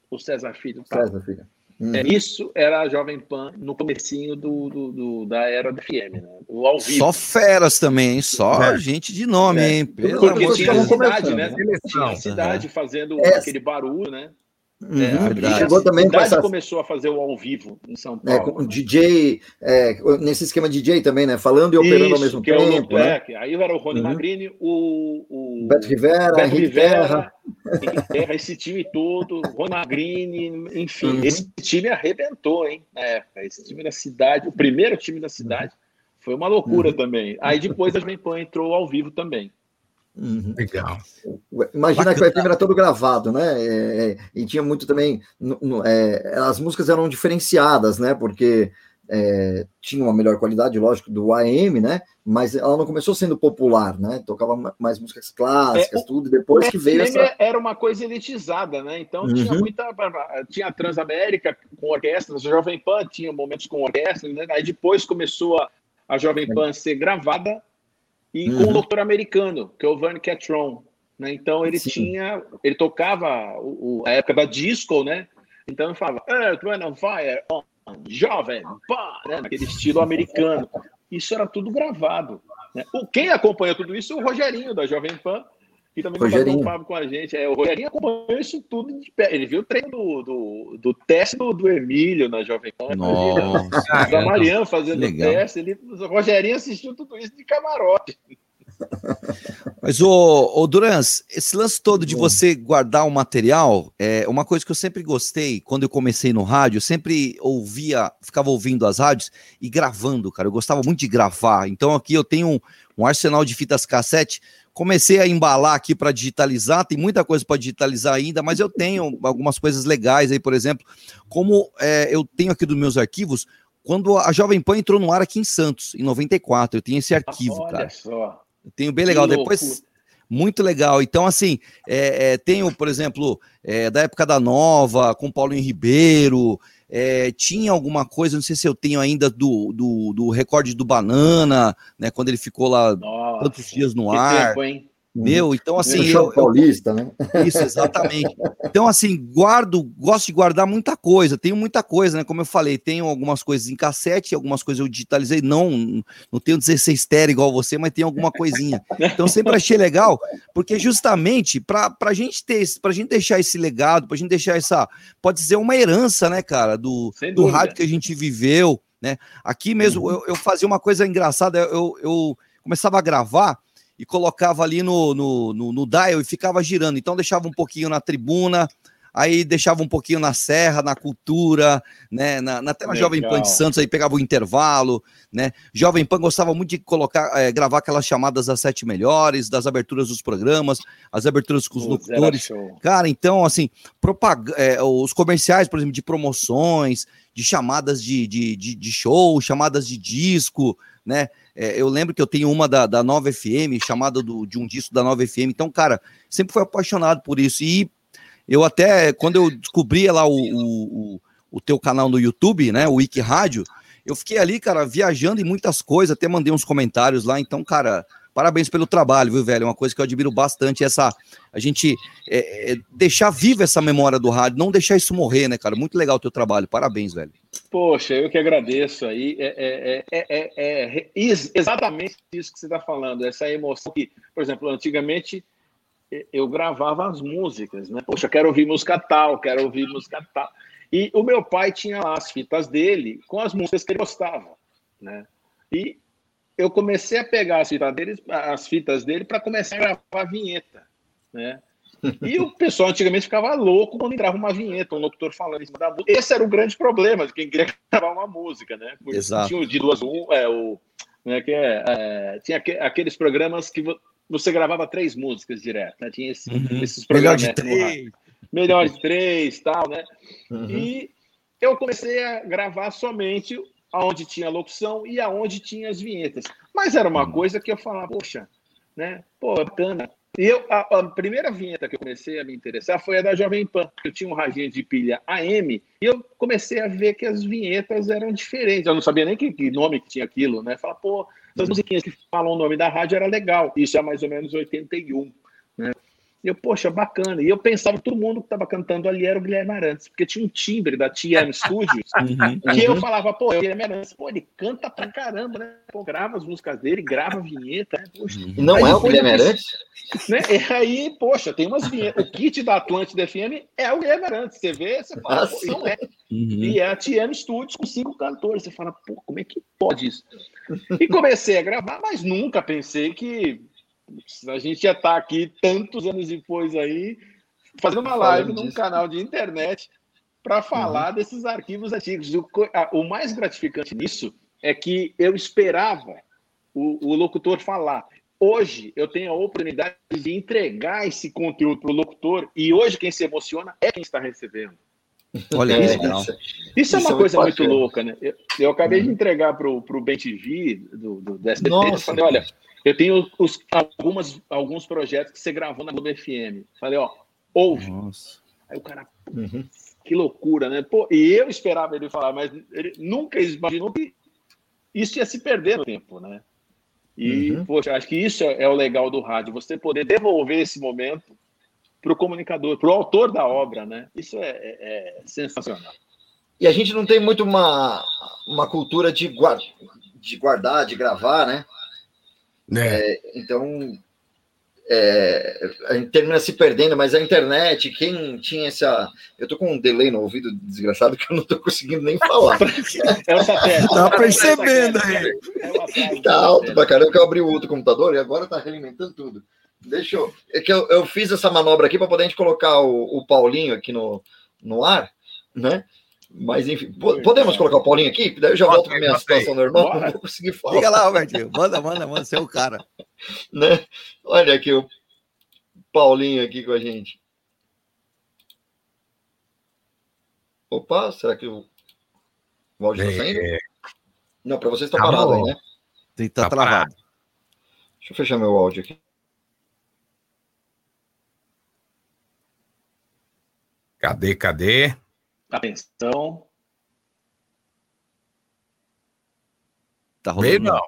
Isso era a Jovem Pan no comecinho da era do FM, né? O ao vivo. Só feras também, hein? Só gente de nome, hein? Porque tinha a cidade, né? Tinha a cidade fazendo aquele barulho, né? Chegou também a cidade começou a fazer o ao vivo em São Paulo. Com DJ, nesse esquema DJ também, né? Falando e operando ao mesmo tempo. Aí era o Rony Magrini, o Beto Rivera, Henrique Terra, esse time todo, Rony Magrini, enfim, esse time arrebentou, hein? Esse time da cidade, o primeiro time da cidade, foi uma loucura também. Aí depois a Jovem Pan entrou ao vivo também. Legal. Imagina que o FM era todo gravado, né? E tinha muito também. As músicas eram diferenciadas, né? Porque tinha uma melhor qualidade, lógico, do AM, né? Mas ela não começou sendo popular, né? Tocava mais músicas clássicas, tudo, e depois que veio essa. Era uma coisa elitizada, né? Então tinha a Transamérica com orquestra, a Jovem Pan tinha momentos com orquestra, né? Aí depois começou a Jovem Pan ser gravada. E com o locutor americano, que é o Vern Catron, né? Então ele tocava a época da disco, né? Então ele falava Earth, Wind and Fire, Jovem Pan, né? Naquele estilo americano. Isso era tudo gravado, né? Quem acompanha tudo isso é o Rogerinho da Jovem Pan, que também bateu um papo com a gente. O Rogerinho acompanhou isso tudo de pé. Ele viu o treino do teste do Emílio na Jovem Pan. O Zamarian fazendo o teste. O Rogerinho assistiu tudo isso de camarote. Mas, ô Durans, esse lance todo de você guardar o material, é uma coisa que eu sempre gostei, quando eu comecei no rádio, eu sempre ficava ouvindo as rádios e gravando, cara, eu gostava muito de gravar, então aqui eu tenho um arsenal de fitas cassete, comecei a embalar aqui para digitalizar, tem muita coisa para digitalizar ainda, mas eu tenho algumas coisas legais aí, por exemplo, como eu tenho aqui dos meus arquivos, quando a Jovem Pan entrou no ar aqui em Santos, em 94, eu tenho esse arquivo, cara. Olha só. Eu tenho bem legal, depois, muito legal. Então, assim, tenho, por exemplo, da época da Nova, com Paulinho Ribeiro, tinha alguma coisa, não sei se eu tenho ainda do recorde do Banana, né, quando ele ficou lá tantos dias no ar. Tempo, hein? Meu, então assim... Eu paulista, né? Isso, exatamente. Então assim, gosto de guardar muita coisa, tenho muita coisa, né? Como eu falei, tenho algumas coisas em cassete, algumas coisas eu digitalizei, não tenho 16 tera igual você, mas tenho alguma coisinha. Então sempre achei legal, porque justamente pra gente deixar esse legado, pra gente deixar pode ser uma herança, né, cara, do rádio que a gente viveu, né? Aqui mesmo, eu fazia uma coisa engraçada, eu começava a gravar, e colocava ali no dial e ficava girando. Então deixava um pouquinho na tribuna, aí deixava um pouquinho na Serra, na Cultura, né? Até na Jovem Pan de Santos, aí pegava o intervalo, né? Jovem Pan gostava muito de gravar aquelas chamadas das 7 melhores, das aberturas dos programas, as aberturas com os locutores. Cara, então, assim, os comerciais, por exemplo, de promoções, de chamadas de show, chamadas de disco, né? Eu lembro que eu tenho uma da Nova FM, chamada de um disco da Nova FM. Então, cara, sempre fui apaixonado por isso. E eu até, quando eu descobri lá o teu canal no YouTube, né, o Wiki Rádio, eu fiquei ali, cara, viajando em muitas coisas, até mandei uns comentários lá. Então, cara, parabéns pelo trabalho, viu, velho? É uma coisa que eu admiro bastante, a gente deixar viva essa memória do rádio, não deixar isso morrer, né, cara? Muito legal o teu trabalho, parabéns, velho. Poxa, eu que agradeço aí. Exatamente isso que você está falando, essa emoção que, por exemplo, antigamente eu gravava as músicas, né? Poxa, quero ouvir música tal, quero ouvir música tal. E o meu pai tinha lá as fitas dele com as músicas que ele gostava, né? E eu comecei a pegar as fitas dele para começar a gravar a vinheta, né? E o pessoal antigamente ficava louco quando entrava uma vinheta, um locutor falando em cima da música. Esse era o grande problema de quem queria gravar uma música, né? Porque exato. Tinha o de 2 1, tinha aqueles programas que você gravava 3 músicas direto, né? Tinha esses programas. Melhor de 3, tal, né? E eu comecei a gravar somente aonde tinha locução e aonde tinha as vinhetas. Mas era uma coisa que eu falava, poxa, né? Pô, bacana. E a primeira vinheta que eu comecei a me interessar foi a da Jovem Pan. Eu tinha um radinho de pilha AM e eu comecei a ver que as vinhetas eram diferentes. Eu não sabia nem que nome que tinha aquilo, né? Falava, pô, essas musiquinhas que falam o nome da rádio era legal. Isso é mais ou menos 81, né? E eu, poxa, bacana. E eu pensava que todo mundo que estava cantando ali era o Guilherme Arantes, porque tinha um timbre da TM Studios, que eu falava, pô, o Guilherme Arantes, pô, ele canta pra caramba, né? Pô, grava as músicas dele, grava a vinheta, né? Poxa. E não é o Guilherme Arantes? Né? E aí, poxa, tem umas vinhetas. O kit da Atlântida FM é o Guilherme Arantes. Você vê, você fala, pô, não é. E é a TM Studios com 5 cantores. Você fala, pô, como é que pode isso? E comecei a gravar, mas nunca pensei que a gente ia estar aqui tantos anos depois aí, fazendo uma live num canal de internet para falar desses arquivos antigos. O mais gratificante nisso é que eu esperava o locutor falar. Hoje eu tenho a oportunidade de entregar esse conteúdo para o locutor e hoje quem se emociona é quem está recebendo. Olha, isso é uma coisa muito louca, né? Eu acabei de entregar para o BenTV do SBT, eu falei, olha, eu tenho alguns projetos que você gravou na Globo FM. Falei, ó, ouve. Nossa. Aí o cara, que loucura, né? Pô, e eu esperava ele falar, mas ele nunca imaginou que isso ia se perder no tempo, né? E, poxa, acho que isso é o legal do rádio, você poder devolver esse momento para o comunicador, para o autor da obra, né? Isso é sensacional. E a gente não tem muito uma cultura de guardar, de gravar, né? Então, a gente termina se perdendo, mas a internet, quem tinha essa... Eu tô com um delay no ouvido desgraçado que eu não tô conseguindo nem falar. É o satélite. Tá percebendo aí. Tá alto pra caramba, que eu abri o outro computador e agora tá realimentando tudo. Deixa eu... É que eu fiz essa manobra aqui para poder a gente colocar o Paulinho aqui no ar, né? Mas, enfim, podemos colocar o Paulinho aqui? Daí eu já volto para minha situação normal, não vou conseguir falar. Liga lá, Robertinho. Manda, você é o cara. Né? Olha aqui o Paulinho aqui com a gente. Opa, será que o áudio está saindo? Não, para vocês está parado aí, né? Tá travado. Deixa eu fechar meu áudio aqui. Cadê? Atenção. Tá rolando. Não.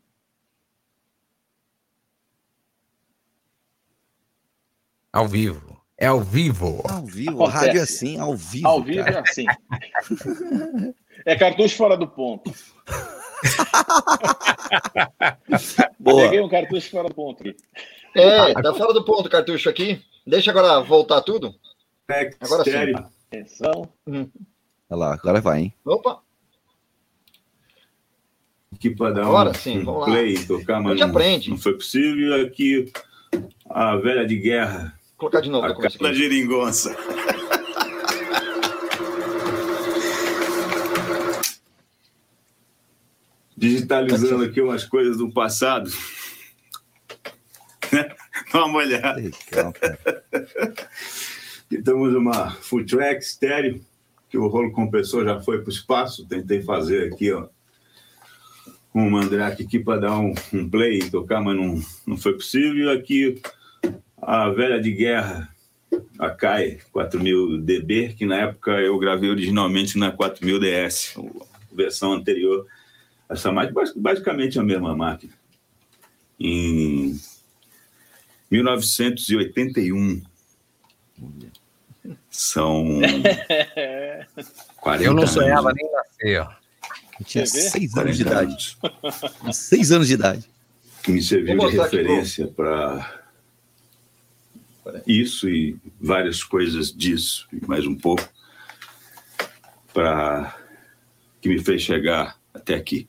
Ao vivo. É ao vivo. Ao vivo. Acontece. Rádio é assim, ao vivo. Ao vivo cara. é assim. É cartucho fora do ponto. Boa. Peguei um cartucho fora do ponto aqui. Tá fora do ponto o cartucho aqui. Deixa agora voltar tudo. Agora sim. Atenção. Olha lá, agora vai, hein? Opa. Aqui para dar Agora sim, vamos play, lá. tocar, A mas gente aprende. não foi possível. Aqui, a velha de guerra. Vou colocar de novo. A Carla Geringonça. Digitalizando aqui umas coisas do passado. Dá uma olhada. Legal, cara. Aqui temos uma full track estéreo, que o rolo compressor já foi para o espaço. Tentei fazer aqui, ó, um Mandrake aqui para dar um play e tocar, mas não foi possível. Aqui a velha de guerra, a Kai 4000 DB, que na época eu gravei originalmente na 4000 DS, a versão anterior. Essa máquina basicamente a mesma máquina. Em 1981. São 40 Eu não sonhava anos. nem nascer, ó. Eu tinha Você vê? 6 anos de idade. 6 anos de idade. Que me serviu Vou de mostrar aqui, referência para isso e várias coisas disso, e mais um pouco, para que me fez chegar até aqui.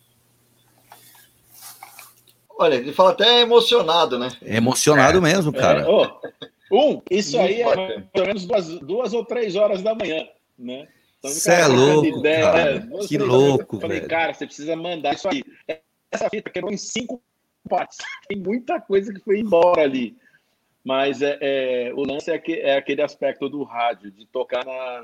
Olha, ele fala até emocionado, né? É emocionado mesmo, cara. Isso aí é pelo menos 2 ou 3 horas da manhã, né? Você é louco, cara. 2, Que 3 louco, eu falei, velho. cara, você precisa mandar isso aí. Essa fita quebrou em 5 partes. Tem muita coisa que foi embora ali. Mas o lance é aquele aspecto do rádio, de tocar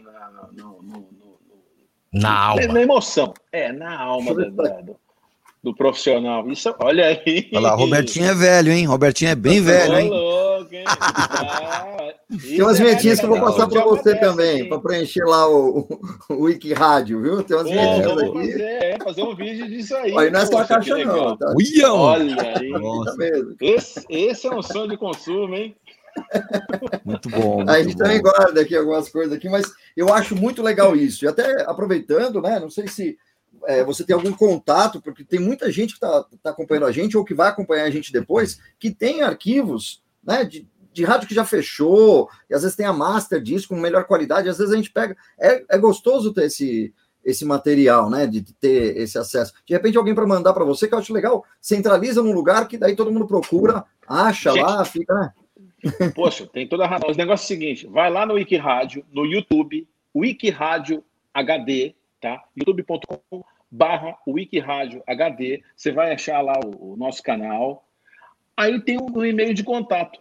Na alma. na emoção. Na alma do profissional. Isso, olha aí. Olha lá, Robertinho é velho, hein? Robertinho é bem velho, hein? Louco, hein? Tem umas vinhetinhas que eu vou passar para você acontece, também, para preencher lá o Wiki Rádio, viu? Tem umas vinhetinhas Vamos aqui. fazer um vídeo disso aí. Olha, não é só a Poxa, caixa, que não. legal. Tá? Olha aí. Nossa, Mesmo. Esse é um sonho de consumo, hein? muito bom. A gente também guarda aqui algumas coisas aqui, mas eu acho muito legal isso. E até aproveitando, né? Não sei se você tem algum contato, porque tem muita gente que tá acompanhando a gente ou que vai acompanhar a gente depois, que tem arquivos, né? De rádio que já fechou, e às vezes tem a master disso com melhor qualidade, às vezes a gente pega. É gostoso ter esse material, né? De ter esse acesso. De repente, alguém para mandar para você, que eu acho legal, centraliza num lugar que daí todo mundo procura, acha gente, lá, fica. Né? Poxa, tem toda a razão. O negócio é o seguinte: vai lá no Wiki Rádio, no YouTube, Wiki Rádio HD, tá? youtube.com/Wiki Rádio HD. Você vai achar lá o nosso canal. Aí tem um e-mail de contato.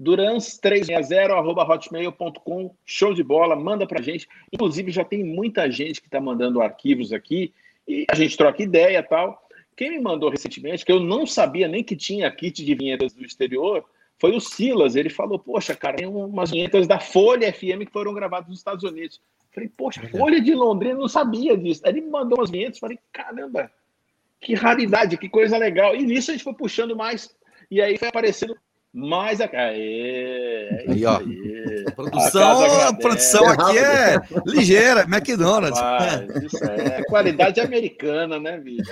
durans360@hotmail.com, show de bola, manda pra gente. Inclusive, já tem muita gente que está mandando arquivos aqui e a gente troca ideia e tal. Quem me mandou recentemente, que eu não sabia nem que tinha kit de vinhetas do exterior, foi o Silas. Ele falou, poxa, cara, tem umas vinhetas da Folha FM que foram gravadas nos Estados Unidos. Falei, poxa, Folha de Londrina, não sabia disso. Aí ele me mandou umas vinhetas, falei, caramba, que raridade, que coisa legal. E nisso a gente foi puxando mais, e aí foi aparecendo mais aí, ó. A produção aqui é ligeira, McDonald's. Isso é qualidade americana, né, bicho?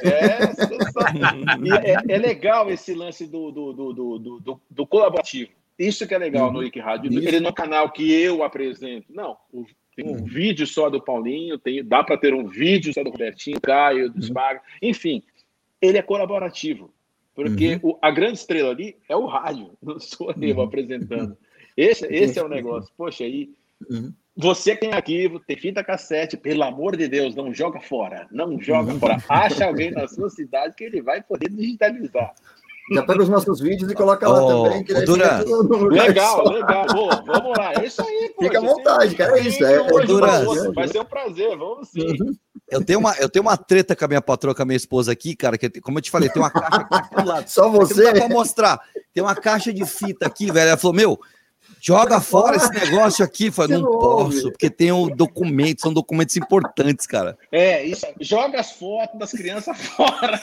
É legal esse lance do colaborativo. Isso que é legal no Wiki Rádio. Ele não é um canal que eu apresento. Não, tem um vídeo só do Paulinho, dá para ter um vídeo só do Robertinho, Caio, do Spaga. Enfim, ele é colaborativo. Porque a grande estrela ali é o rádio, não sou eu apresentando. Esse é o negócio. Poxa, aí você tem arquivo, tem fita cassete, pelo amor de Deus, não joga fora. Não joga fora. Acha alguém na sua cidade que ele vai poder digitalizar. Já pega os nossos vídeos e coloca lá também. Que Duran. Legal. Boa, vamos lá. É isso aí, pô. Fica à vontade, cara. É isso. Duran. Vai ser um prazer, vamos sim. Eu tenho uma treta com a minha patroa, com a minha esposa aqui, cara, que, como eu te falei, tem uma caixa aqui do lado. Só você? Não dá pra mostrar. Tem uma caixa de fita aqui, velho. Ela falou, meu, joga fora esse negócio aqui. Eu falei, não posso, porque tem um documento, são documentos importantes, cara. Isso. Joga as fotos das crianças fora.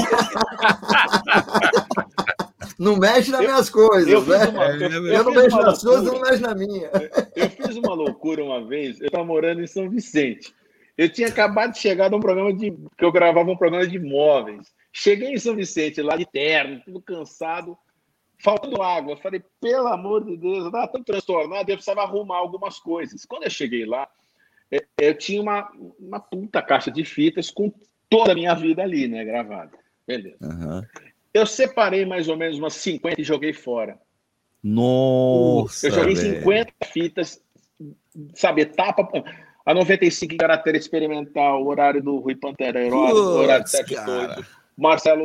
Não mexe nas minhas coisas, eu não mexo nas suas, não mexe na minha. Eu fiz uma loucura uma vez, eu estava morando em São Vicente. Eu tinha acabado de chegar num programa que eu gravava um programa de imóveis. Cheguei em São Vicente, lá de terno, tudo cansado, faltando água. Eu falei, pelo amor de Deus, eu estava tão transtornado, eu precisava arrumar algumas coisas. Quando eu cheguei lá, eu tinha uma puta caixa de fitas com toda a minha vida ali, né, gravada. Beleza. Eu separei mais ou menos umas 50 e joguei fora. Nossa, eu joguei 50 fitas, sabe, etapa... A 95 em caráter experimental, o horário do Rui Pantera, o horário do Sérgio Doido, Marcelo,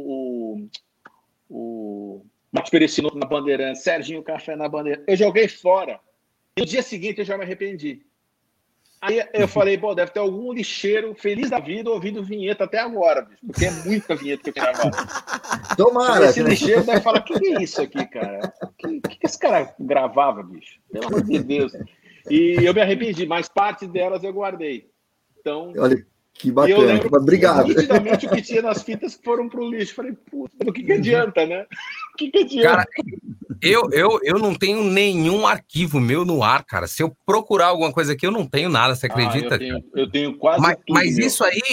o Marcos Perecino na Bandeirante, Serginho Café na Bandeirante. Eu joguei fora. E no dia seguinte eu já me arrependi. Aí eu falei, pô, deve ter algum lixeiro feliz da vida ouvindo vinheta até agora, bicho, porque é muita vinheta que eu tinha gravado. Tomara. Esse lixeiro deve falar, o que é isso aqui, cara? O que esse cara gravava, bicho? Pelo amor de Deus. E eu me arrependi, mas parte delas eu guardei. Então, olha que bacana. Eu lembro, obrigado. Nitidamente o que tinha nas fitas foram pro lixo. Falei, puta, o que adianta, né? O que adianta? Cara, eu não tenho nenhum arquivo meu no ar, cara. Se eu procurar alguma coisa aqui, eu não tenho nada, você acredita? Eu tenho quase tudo. Mas isso aí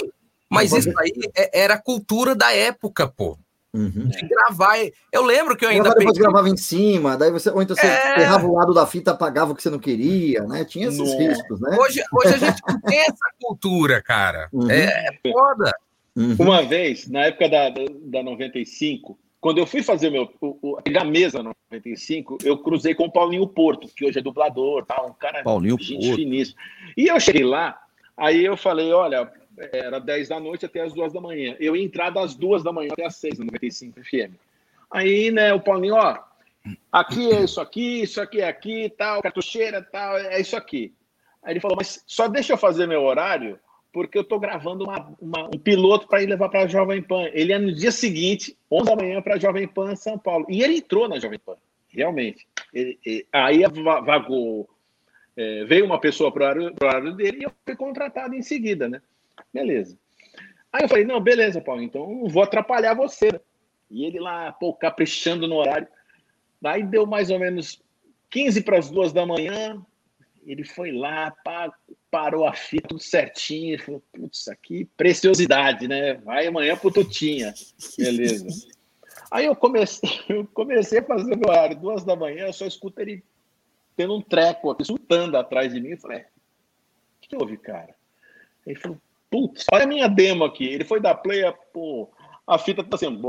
era a cultura da época, pô. De gravar. Eu lembro que eu ainda depois gravava em cima, daí ou então você errava o lado da fita, apagava o que você não queria, né? Tinha esses riscos, né? Hoje a gente não tem essa cultura, cara. É foda. Uma vez, na época da 95, quando eu fui fazer a mesa 95, eu cruzei com o Paulinho Porto, que hoje é dublador, tá? Um cara gente finíssimo. E eu cheguei lá, aí eu falei, olha, era 10 da noite até as 2 da manhã. Eu ia entrar das 2 da manhã até as 6 na 95 FM. Aí, né, o Paulinho, ó, aqui é isso aqui é aqui, tal, cartucheira, tal, é isso aqui. Aí ele falou, mas só deixa eu fazer meu horário, porque eu tô gravando um piloto para ir levar para a Jovem Pan. Ele é no dia seguinte, 11 da manhã, para a Jovem Pan São Paulo. E ele entrou na Jovem Pan, realmente. Aí vagou, veio uma pessoa para o horário dele e eu fui contratado em seguida, né? Beleza. Aí eu falei, não, beleza, Paulo, então não vou atrapalhar você, né? E ele lá, pô, caprichando no horário. Aí deu mais ou menos 15 para as 2 da manhã, ele foi lá, parou a fita, tudo certinho, falou, putz, aqui, preciosidade, né? Vai amanhã pro Tutinha. Beleza. Aí eu comecei a fazer meu horário, 2 da manhã, eu só escuto ele tendo um treco aqui, sultando atrás de mim. Eu falei, o que houve, cara? Ele falou, putz, olha a minha demo aqui. Ele foi dar play, pô, a fita tá assim.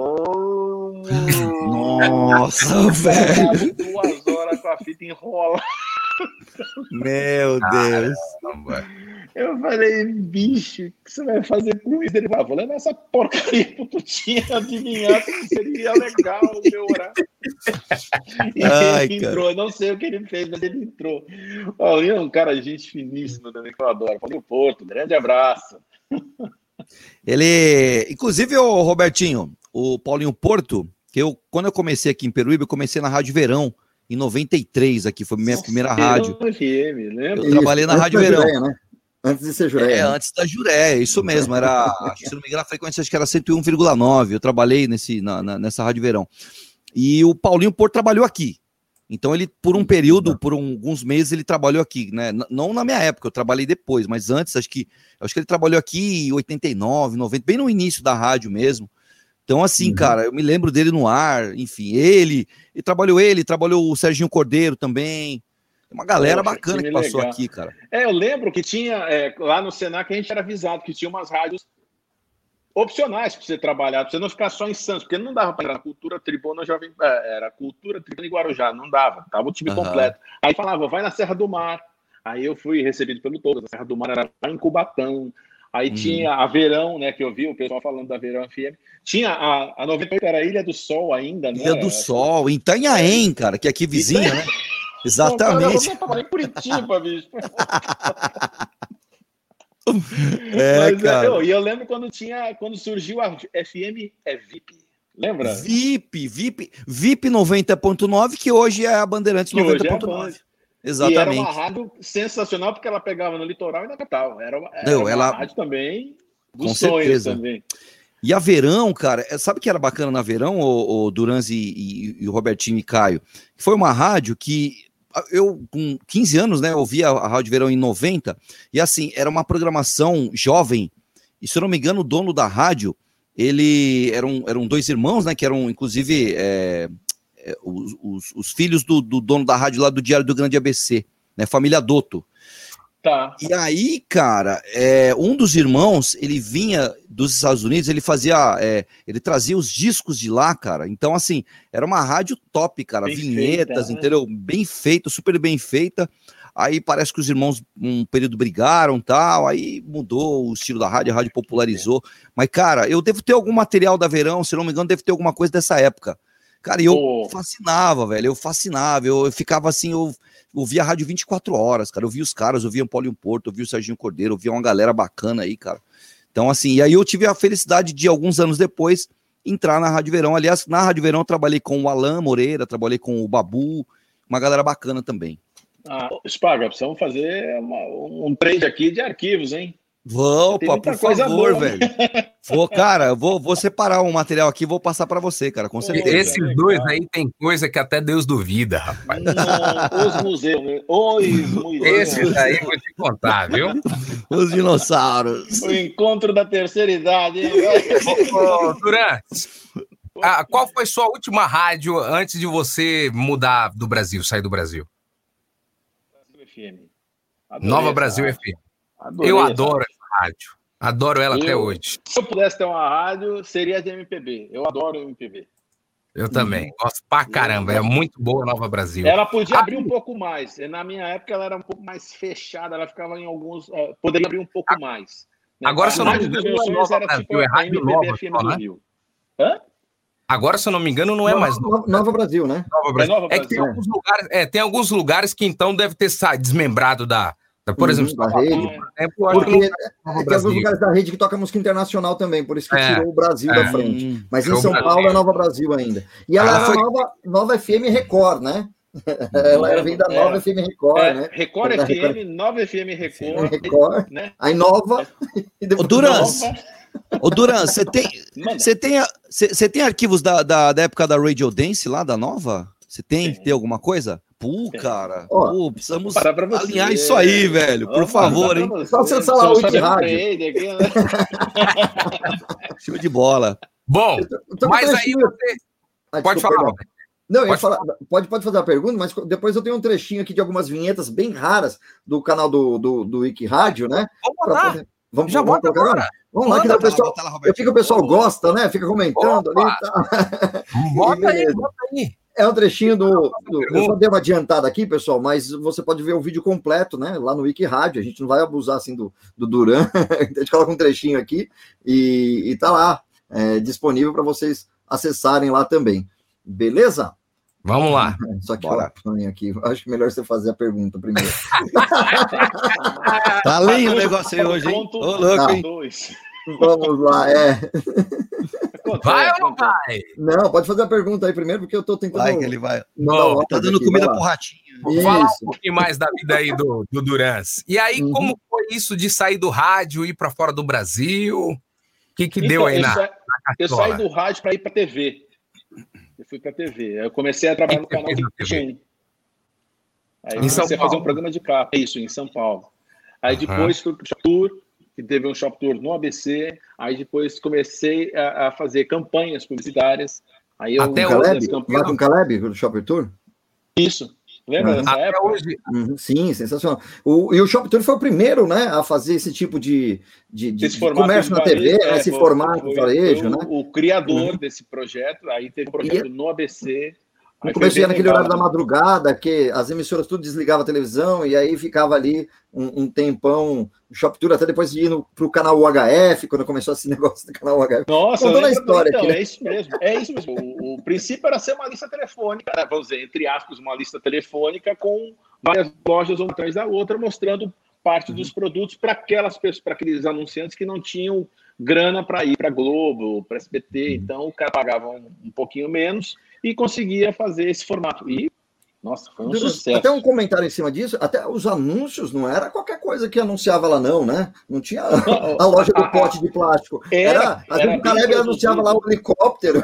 Nossa, velho. 2 horas com a fita enrola. Meu Deus. Caramba. Eu falei, bicho, o que você vai fazer com isso? Ele falou, vou levar essa porcaria pro Tutinha adivinhar que seria legal o meu horário. E ele entrou, eu não sei o que ele fez, mas ele entrou. Paulinho é um cara, gente finíssima também, que eu adoro. Paulinho Porto, grande abraço. Ele, inclusive, o Robertinho, o Paulinho Porto, que quando eu comecei aqui em Peruíbe, eu comecei na Rádio Verão, em 93, aqui, foi minha primeira rádio. FM, lembra? Eu trabalhei na Rádio Verão. Jureia, né? Antes de ser Jureia. Antes da Jureia, isso mesmo, era, se não me engano, a frequência acho que era 101,9, eu trabalhei nessa Rádio Verão. E o Paulinho Porto trabalhou aqui. Então ele, por um período, por alguns meses, ele trabalhou aqui, né? Não na minha época, eu trabalhei depois, mas antes, acho que ele trabalhou aqui em 89, 90, bem no início da rádio mesmo. Então, assim, cara, eu me lembro dele no ar, enfim, trabalhou o Serginho Cordeiro também. Uma galera bacana que passou aqui, cara. Eu lembro que tinha, lá no Senac, a gente era avisado que tinha umas rádios opcionais para você trabalhar, para você não ficar só em Santos, porque não dava para entrar na Cultura Tribuna Jovem, era Cultura Tribuna e Guarujá, não dava, tava o time completo. Aí falava, vai na Serra do Mar. Aí eu fui recebido pelo Todas, a Serra do Mar era lá em Cubatão. Aí tinha a Verão, né, que eu vi o pessoal falando da Verão FM. Tinha a 98, era Ilha do Sol ainda, né? Ilha do Sol, em Itanhaém, cara, que é aqui vizinha, né? Exatamente. Não, cara, eu em Curitiba, bicho. Cara. E eu lembro quando surgiu a FM VIP. Lembra? VIP 90.9, que hoje é a Bandeirantes 90.9. Exatamente. E era uma rádio sensacional, porque ela pegava no litoral e na capital. Era uma rádio também dos sonhos também. E a Verão, cara, sabe o que era bacana na Verão, o Durans e o Robertinho e Caio? Foi uma rádio que eu, com 15 anos, né, ouvia a Rádio Verão em 90, e assim, era uma programação jovem, e se eu não me engano, o dono da rádio, eram dois irmãos, né, que eram, inclusive, os filhos do dono da rádio lá do Diário do Grande ABC, né, família Dotto. Tá. E aí, cara, um dos irmãos, ele vinha dos Estados Unidos, ele trazia os discos de lá, cara. Então, assim, era uma rádio top, cara. Bem vinhetas, feita, entendeu? Né? Bem feita, super bem feita. Aí parece que os irmãos um período brigaram e tal, aí mudou o estilo da rádio, a rádio popularizou. Mas, cara, eu devo ter algum material da Verão, se não me engano, deve ter alguma coisa dessa época. Cara, eu fascinava, velho, eu ficava assim, eu ouvia a rádio 24 horas, cara, eu via os caras, eu via o Paulinho Porto, eu via o Serginho Cordeiro, eu via uma galera bacana aí, cara. Então, assim, e aí eu tive a felicidade de, alguns anos depois, entrar na Rádio Verão. Aliás, na Rádio Verão eu trabalhei com o Alan Moreira, trabalhei com o Babu, uma galera bacana também. Spaga, precisamos fazer um trade aqui de arquivos, hein? Vou, por favor, velho. Vou separar um material aqui e vou passar pra você, cara, com certeza. Esses dois aí tem coisa que até Deus duvida, rapaz. Os museus, né? Esses aí vou te contar, viu? Os dinossauros. O encontro da terceira idade. Durante, qual foi sua última rádio antes de você mudar do Brasil, sair do Brasil? Brasil FM. Nova Brasil FM. Eu adoro essa rádio. Adoro ela até hoje. Se eu pudesse ter uma rádio, seria de MPB. Eu adoro MPB. Eu também. Gosto pra caramba. É muito boa a Nova Brasil. Ela podia abrir um pouco mais. Na minha época, ela era um pouco mais fechada. Ela ficava em alguns... poderia abrir um pouco mais. Agora, se eu não me engano, não é Nova Brasil. É Rádio Nova, FM do Rio. Hã? Agora, se eu não me engano, não é mais Nova Brasil, né? Nova Brasil. Nova Brasil. Que tem alguns lugares, tem alguns lugares que então deve ter desmembrado por exemplo, da rede. Porque tem alguns lugares da rede que toca música internacional também, por isso que tirou o Brasil da frente. Mas em São Paulo é Nova Brasil ainda. E ela era Nova FM Record, né? Ela vem da Nova FM Record, né? Record FM, Nova FM Record, né? Aí Nova. Ô, Duran, você tem arquivos da época da Radio Dance lá, da Nova? Você tem alguma coisa? Cara, precisamos alinhar isso aí, velho, por favor, hein? Só acessar lá o Wikirádio. Show de bola. Bom, mas aí você... Pode falar. Não, eu ia falar, pode fazer a pergunta, mas depois eu tenho um trechinho aqui de algumas vinhetas bem raras do canal do Wikirádio, né? Vamos colocar agora. Vamos lá, que o pessoal. Eu fico, o pessoal gosta, né? Fica comentando ali. Bota aí. É um trechinho eu só dei uma adiantada aqui, pessoal, mas você pode ver o vídeo completo, né? Lá no Wikirádio. A gente não vai abusar assim do Duran. A gente coloca um trechinho aqui e tá lá, disponível para vocês acessarem lá também. Beleza? Vamos lá. Só que aqui. Acho que melhor você fazer a pergunta primeiro. Tá lindo o negócio aí hoje, hein? Ô, louco, hein? Vamos lá, Vai ou não vai? Não, pode fazer a pergunta aí primeiro, porque eu tô tentando... Vai que ele vai. Não, tá dando comida pro ratinho. Vou falar um pouquinho mais da vida aí do Durans. E aí, como foi isso de sair do rádio e ir para fora do Brasil? O que deu aí na eu saí do rádio para ir para TV. Eu fui para TV. Eu comecei a trabalhar no canal de TV. Aí eu comecei a fazer um programa de capa. Isso, em São Paulo. Aí depois fui pro Shop Tour, que teve um Shop Tour no ABC. Aí depois comecei a fazer campanhas publicitárias. Aí eu Caleb? Lá com o Caleb, do Shop Tour? Isso. Lembra dessa Até época? hoje. Sim, sensacional. E o Shop Tour foi o primeiro, né, a fazer esse tipo de comércio na TV, né, esse formato de varejo, né? O criador desse projeto, aí teve um projeto no ABC. No começo ia naquele horário da madrugada, que as emissoras tudo desligavam a televisão, e aí ficava ali um tempão, o Shop Tour, até depois de ir para o canal UHF, quando começou esse negócio do canal UHF. Nossa, contando a história então, aqui, né? é isso mesmo. O princípio era ser uma lista telefônica, vamos dizer, entre aspas, uma lista telefônica com várias lojas uma atrás da outra, mostrando parte dos produtos para aquelas pessoas, para aqueles anunciantes que não tinham grana para ir para Globo, para SBT, então o cara pagava um pouquinho menos e conseguia fazer esse formato. E, nossa, foi um sucesso. Até um comentário em cima disso, até os anúncios não era qualquer coisa que anunciava lá não, né? Não tinha a loja do pote de plástico. Às vezes o Caleb anunciava lá o helicóptero.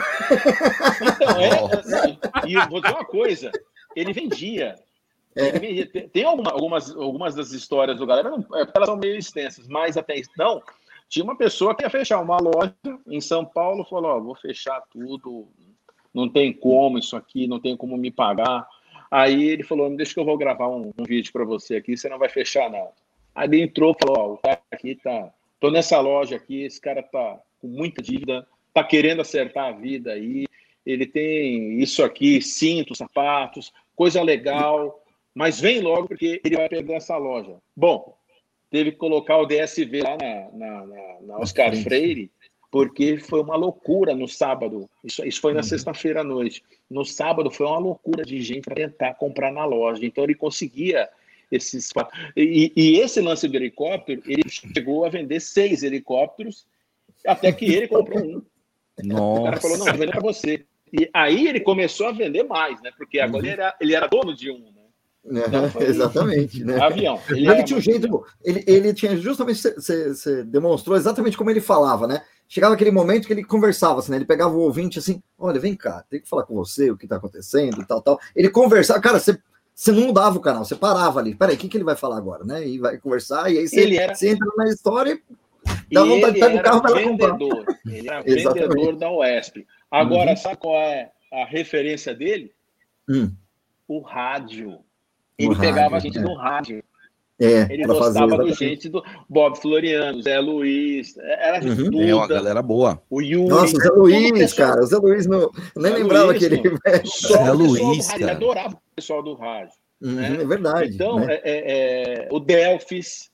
Então, e eu vou dizer uma coisa, ele vendia. Tem algumas das histórias do Galera, elas são meio extensas, mas até então, tinha uma pessoa que ia fechar uma loja em São Paulo, falou, vou fechar tudo, não tem como isso aqui, não tem como me pagar. Aí ele falou, deixa que eu vou gravar um vídeo para você aqui, você não vai fechar nada. Aí ele entrou e falou, o cara aqui tô nessa loja aqui, esse cara tá com muita dívida, tá querendo acertar a vida aí, ele tem isso aqui, cintos, sapatos, coisa legal, mas vem logo porque ele vai perder essa loja. Bom, teve que colocar o DSV lá na Oscar Freire, porque foi uma loucura no sábado. Isso foi na sexta-feira à noite. No sábado foi uma loucura de gente para tentar comprar na loja. Então ele conseguia esses... E esse lance do helicóptero, ele chegou a vender 6 helicópteros, até que ele comprou um. Nossa. O cara falou, não, vou vender para você. E aí ele começou a vender mais, né? Porque agora ele era dono de um, né? Então, exatamente, né? Avião. Ele tinha um jeito, ele tinha justamente, você demonstrou exatamente como ele falava, né? Chegava aquele momento que ele conversava, assim, né? Ele pegava o ouvinte assim, olha, vem cá, tem que falar com você, o que tá acontecendo, tal. Ele conversava, cara, você não mudava o canal, você parava ali, peraí, o que ele vai falar agora, né? E vai conversar, e aí você entra na história e dá vontade de pegar o carro para comprar. Ele era vendedor da UESP. Agora, sabe qual é a referência dele? O rádio. Ele pegava a gente no rádio. Ele gostava do gente do Bob Floriano, Zé Luiz, era de tudo. É uma galera boa. O Yuri. Nossa, o Zé Luiz, cara. O Zé Luiz, eu nem lembrava que ele... Zé Luiz, cara. Ele adorava o pessoal do rádio. É verdade. Então, né? O Delfis.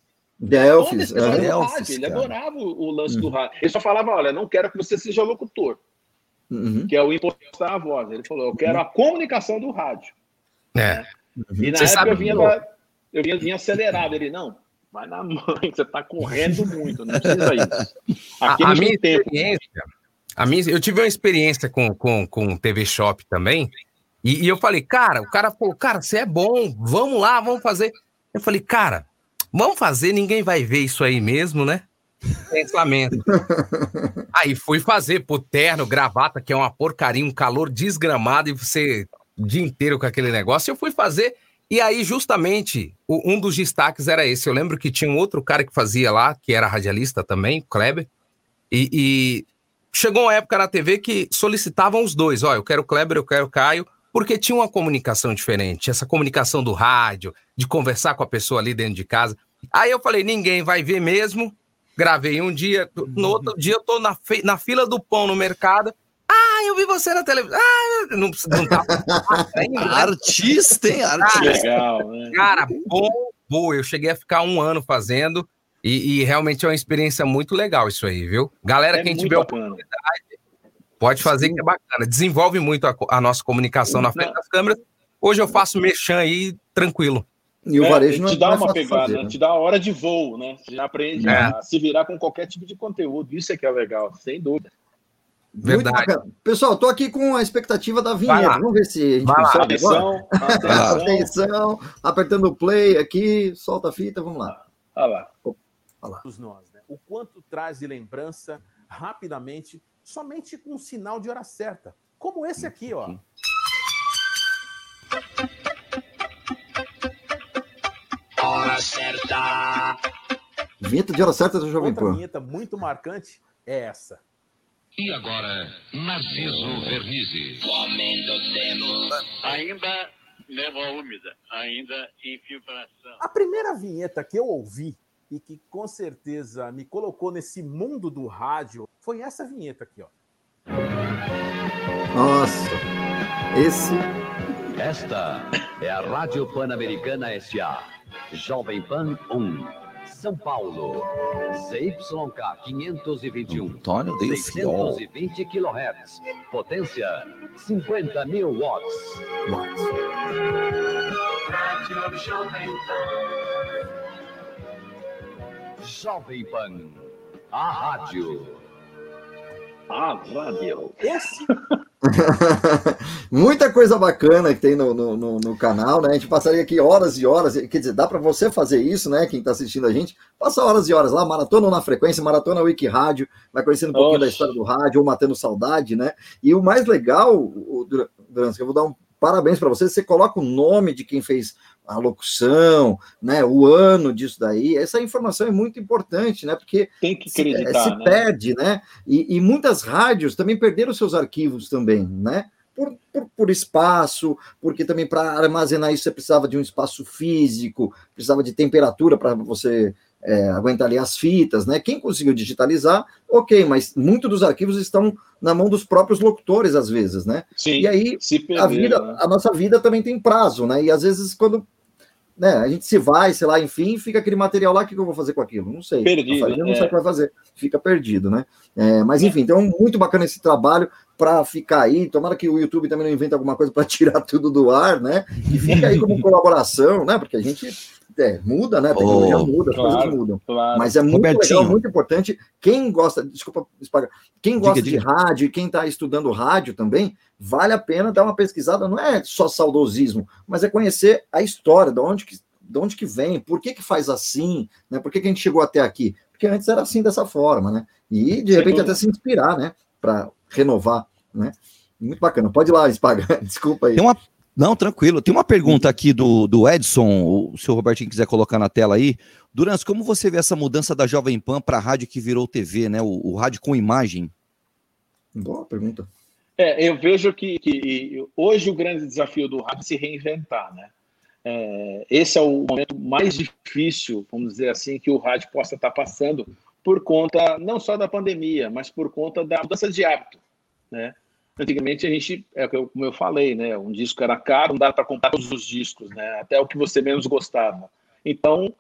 Ele adorava o lance do rádio. Ele só falava, olha, não quero que você seja locutor, que é o impostar a voz. Ele falou, eu quero a comunicação do rádio. E na época eu vinha acelerado. Ele, não, vai na mãe, você tá correndo muito, não precisa isso. A minha experiência, eu tive uma experiência com TV Shop também, e eu falei, o cara falou, você é bom, vamos lá, vamos fazer. Eu falei, cara, vamos fazer, ninguém vai ver isso aí mesmo, né? Pensamento. Aí fui fazer, terno, gravata, que é uma porcaria, um calor desgramado, e você o dia inteiro com aquele negócio. Eu fui fazer, e aí justamente um dos destaques era esse. Eu lembro que tinha um outro cara que fazia lá, que era radialista também, Kleber, e chegou uma época na TV que solicitavam os dois, eu quero o Kleber, eu quero o Caio, porque tinha uma comunicação diferente, essa comunicação do rádio, de conversar com a pessoa ali dentro de casa. Aí eu falei, ninguém vai ver mesmo. Gravei um dia, no outro dia eu tô na fila do pão no mercado. Eu vi você na televisão. Não tá. Artista, hein? Legal, né? Cara, bom. Eu cheguei a ficar 1 ano fazendo e realmente é uma experiência muito legal isso aí, viu? Galera, quem tiver oportunidade, pode fazer. Sim. Que é bacana. Desenvolve muito a nossa comunicação na frente das câmeras. Hoje eu faço merchan aí, tranquilo. E o varejo não te dá uma pegada, fazer, né? Te dá a hora de voo, né? Você já aprende a se virar com qualquer tipo de conteúdo. Isso é que é legal, sem dúvida. Verdade. Pessoal, tô aqui com a expectativa da vinheta. Vamos ver se a gente consegue agora. Atenção, apertando o play aqui, solta a fita, vamos lá. Olha lá. Nós, né? O quanto traz de lembrança rapidamente, somente com um sinal de hora certa. Como esse aqui, ó. Hora certa. Vinheta de hora certa do Jovem Pan. Outra vinheta muito marcante é essa. E agora, Narciso Vernizzi. Ainda névoa úmida, ainda em filtração. A primeira vinheta que eu ouvi e que com certeza me colocou nesse mundo do rádio foi essa vinheta aqui, ó. Nossa, esse... Esta é a Rádio Pan-Americana S.A. Jovem Pan 1, São Paulo. ZYK 521. Antônio de Fiol. 620 kHz. Potência 50.000 watts. Rádio Jovem Pan. Jovem Pan, a rádio. A rádio. Esse Muita coisa bacana que tem no canal, né? A gente passaria aqui horas e horas, quer dizer, dá para você fazer isso, né? Quem está assistindo a gente, passa horas e horas lá, maratona na frequência, maratona Wiki Rádio, vai conhecendo um pouquinho da história do rádio, ou matando saudade, né? E o mais legal, Duran, que eu vou dar um parabéns para você, você coloca o nome de quem fez a locução, né, o ano disso daí, essa informação é muito importante, né, porque tem que acreditar, se perde, né, e muitas rádios também perderam seus arquivos também, né, por espaço, porque também para armazenar isso você precisava de um espaço físico, precisava de temperatura para você aguentar ali as fitas, né? Quem conseguiu digitalizar, ok, mas muitos dos arquivos estão na mão dos próprios locutores, às vezes, né? Sim, e aí perderam, a nossa vida também tem prazo, né? E às vezes quando a gente se vai, sei lá, enfim, fica aquele material lá, o que eu vou fazer com aquilo? Não sei. Perdido, não sei o que vai fazer, fica perdido, né? Mas enfim, então muito bacana esse trabalho para ficar aí, tomara que o YouTube também não invente alguma coisa para tirar tudo do ar, né? E fica aí como colaboração, né? Porque a gente muda, né? A tecnologia muda, as coisas mudam. Claro. Mas é muito legal, muito importante. Quem gosta, desculpa, quem gosta de rádio e quem está estudando rádio também, vale a pena dar uma pesquisada. Não é só saudosismo, mas é conhecer a história, de onde que vem, por que faz assim, né? Por que a gente chegou até aqui? Porque antes era assim, dessa forma, né? E de repente até se inspirar, né? Para renovar, né? Muito bacana. Pode ir lá, Spaga. Desculpa aí. Não, tranquilo. Tem uma pergunta aqui do Edson, se o Robertinho quiser colocar na tela aí. Durans, como você vê essa mudança da Jovem Pan para a rádio que virou TV, né? O rádio com imagem? Boa pergunta. Eu vejo que hoje o grande desafio do rádio é se reinventar, né? Esse é o momento mais difícil, vamos dizer assim, que o rádio possa estar passando por conta não só da pandemia, mas por conta da mudança de hábito, né? Antigamente a gente, como eu falei, né, um disco era caro, não dava para comprar todos os discos, né, até o que você menos gostava. Então,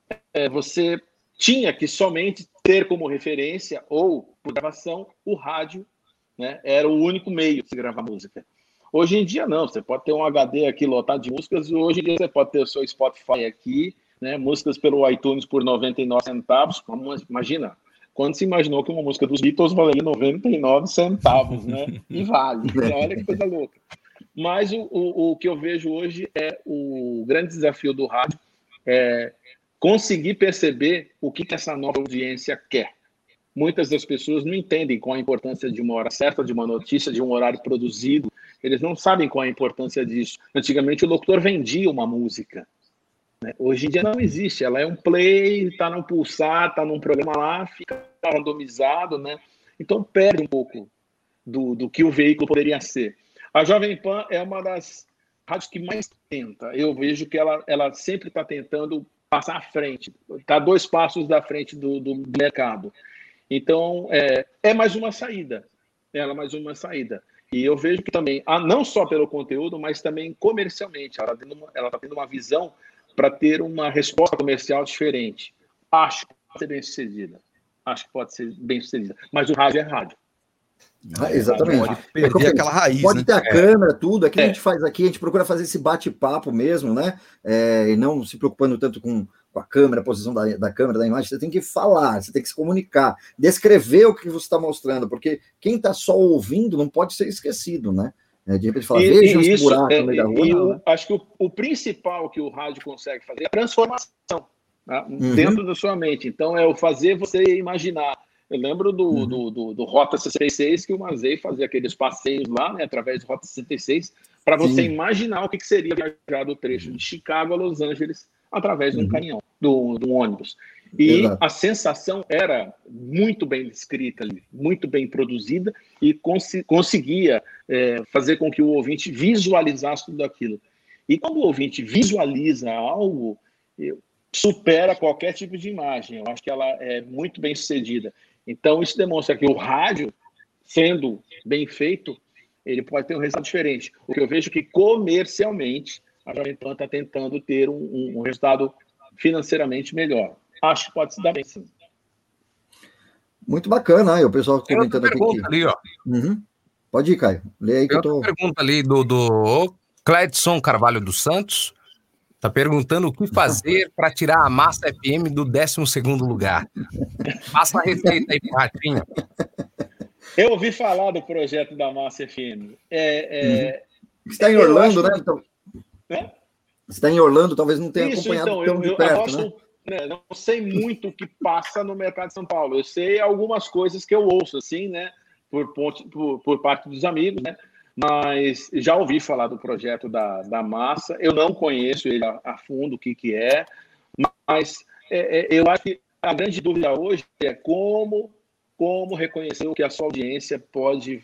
você tinha que somente ter como referência, ou por gravação, o rádio, né, era o único meio de se gravar música. Hoje em dia não, você pode ter um HD aqui lotado de músicas, e hoje em dia você pode ter o seu Spotify aqui, né, músicas pelo iTunes por 99 centavos, imagina. Quando se imaginou que uma música dos Beatles valia 99 centavos, né? E vale. Olha que coisa louca. Mas o que eu vejo hoje é o grande desafio do rádio é conseguir perceber o que essa nova audiência quer. Muitas das pessoas não entendem qual a importância de uma hora certa, de uma notícia, de um horário produzido. Eles não sabem qual a importância disso. Antigamente o locutor vendia uma música. Hoje em dia não existe, ela é um play, está no pulsar, está num programa lá, fica randomizado, né? Então perde um pouco do que o veículo poderia ser. A Jovem Pan é uma das rádios que mais tenta. Eu vejo que ela sempre está tentando passar à frente, está 2 passos da frente do mercado. Então é mais uma saída, mais uma saída. E eu vejo que também, não só pelo conteúdo, mas também comercialmente, ela está tendo uma visão para ter uma resposta comercial diferente. Acho que pode ser bem sucedida. Mas o rádio é rádio. Exatamente. Pode perder aquela raiz, pode ter a câmera, tudo. Aqui a gente faz aqui, a gente procura fazer esse bate-papo mesmo, né? E não se preocupando tanto com a câmera, a posição da câmera, da imagem. Você tem que falar, você tem que se comunicar, descrever o que você está mostrando, porque quem está só ouvindo não pode ser esquecido, né? De repente fala, veja esse buraco no meio da rua. Né? Acho que o principal que o rádio consegue fazer é a transformação, né? Dentro da sua mente. Então, é o fazer você imaginar. Eu lembro do Rota 66, que o Mazei fazia aqueles passeios lá, né, através do Rota 66, para você imaginar o que seria viajar do trecho de Chicago a Los Angeles através de um caminhão, de um ônibus. E a sensação era muito bem descrita ali, muito bem produzida, e conseguia fazer com que o ouvinte visualizasse tudo aquilo. E quando o ouvinte visualiza algo, supera qualquer tipo de imagem. Eu acho que ela é muito bem sucedida. Então, isso demonstra que o rádio, sendo bem feito, ele pode ter um resultado diferente. O que eu vejo é que, comercialmente, a Jovem Pan está tentando ter um resultado financeiramente melhor. Acho que pode se dar bem, sim. Muito bacana, aí o pessoal comentando aqui. Pergunta ali, ó. Uhum. Pode ir, Caio. Lê aí que eu tô... pergunta ali do Cledson Carvalho dos Santos. Tá perguntando o que fazer para tirar a Massa FM do 12º lugar. Passa a receita aí pro Ratinho. Eu ouvi falar do projeto da Massa FM. Você está em Orlando, né? Então... Você está em Orlando, talvez não tenha acompanhado tão de perto, né? Não sei muito o que passa no mercado de São Paulo. Eu sei algumas coisas que eu ouço, assim, né? Por parte dos amigos, né? Mas já ouvi falar do projeto da Massa. Eu não conheço ele a fundo, o que é. Mas eu acho que a grande dúvida hoje é como reconhecer o que a sua audiência pode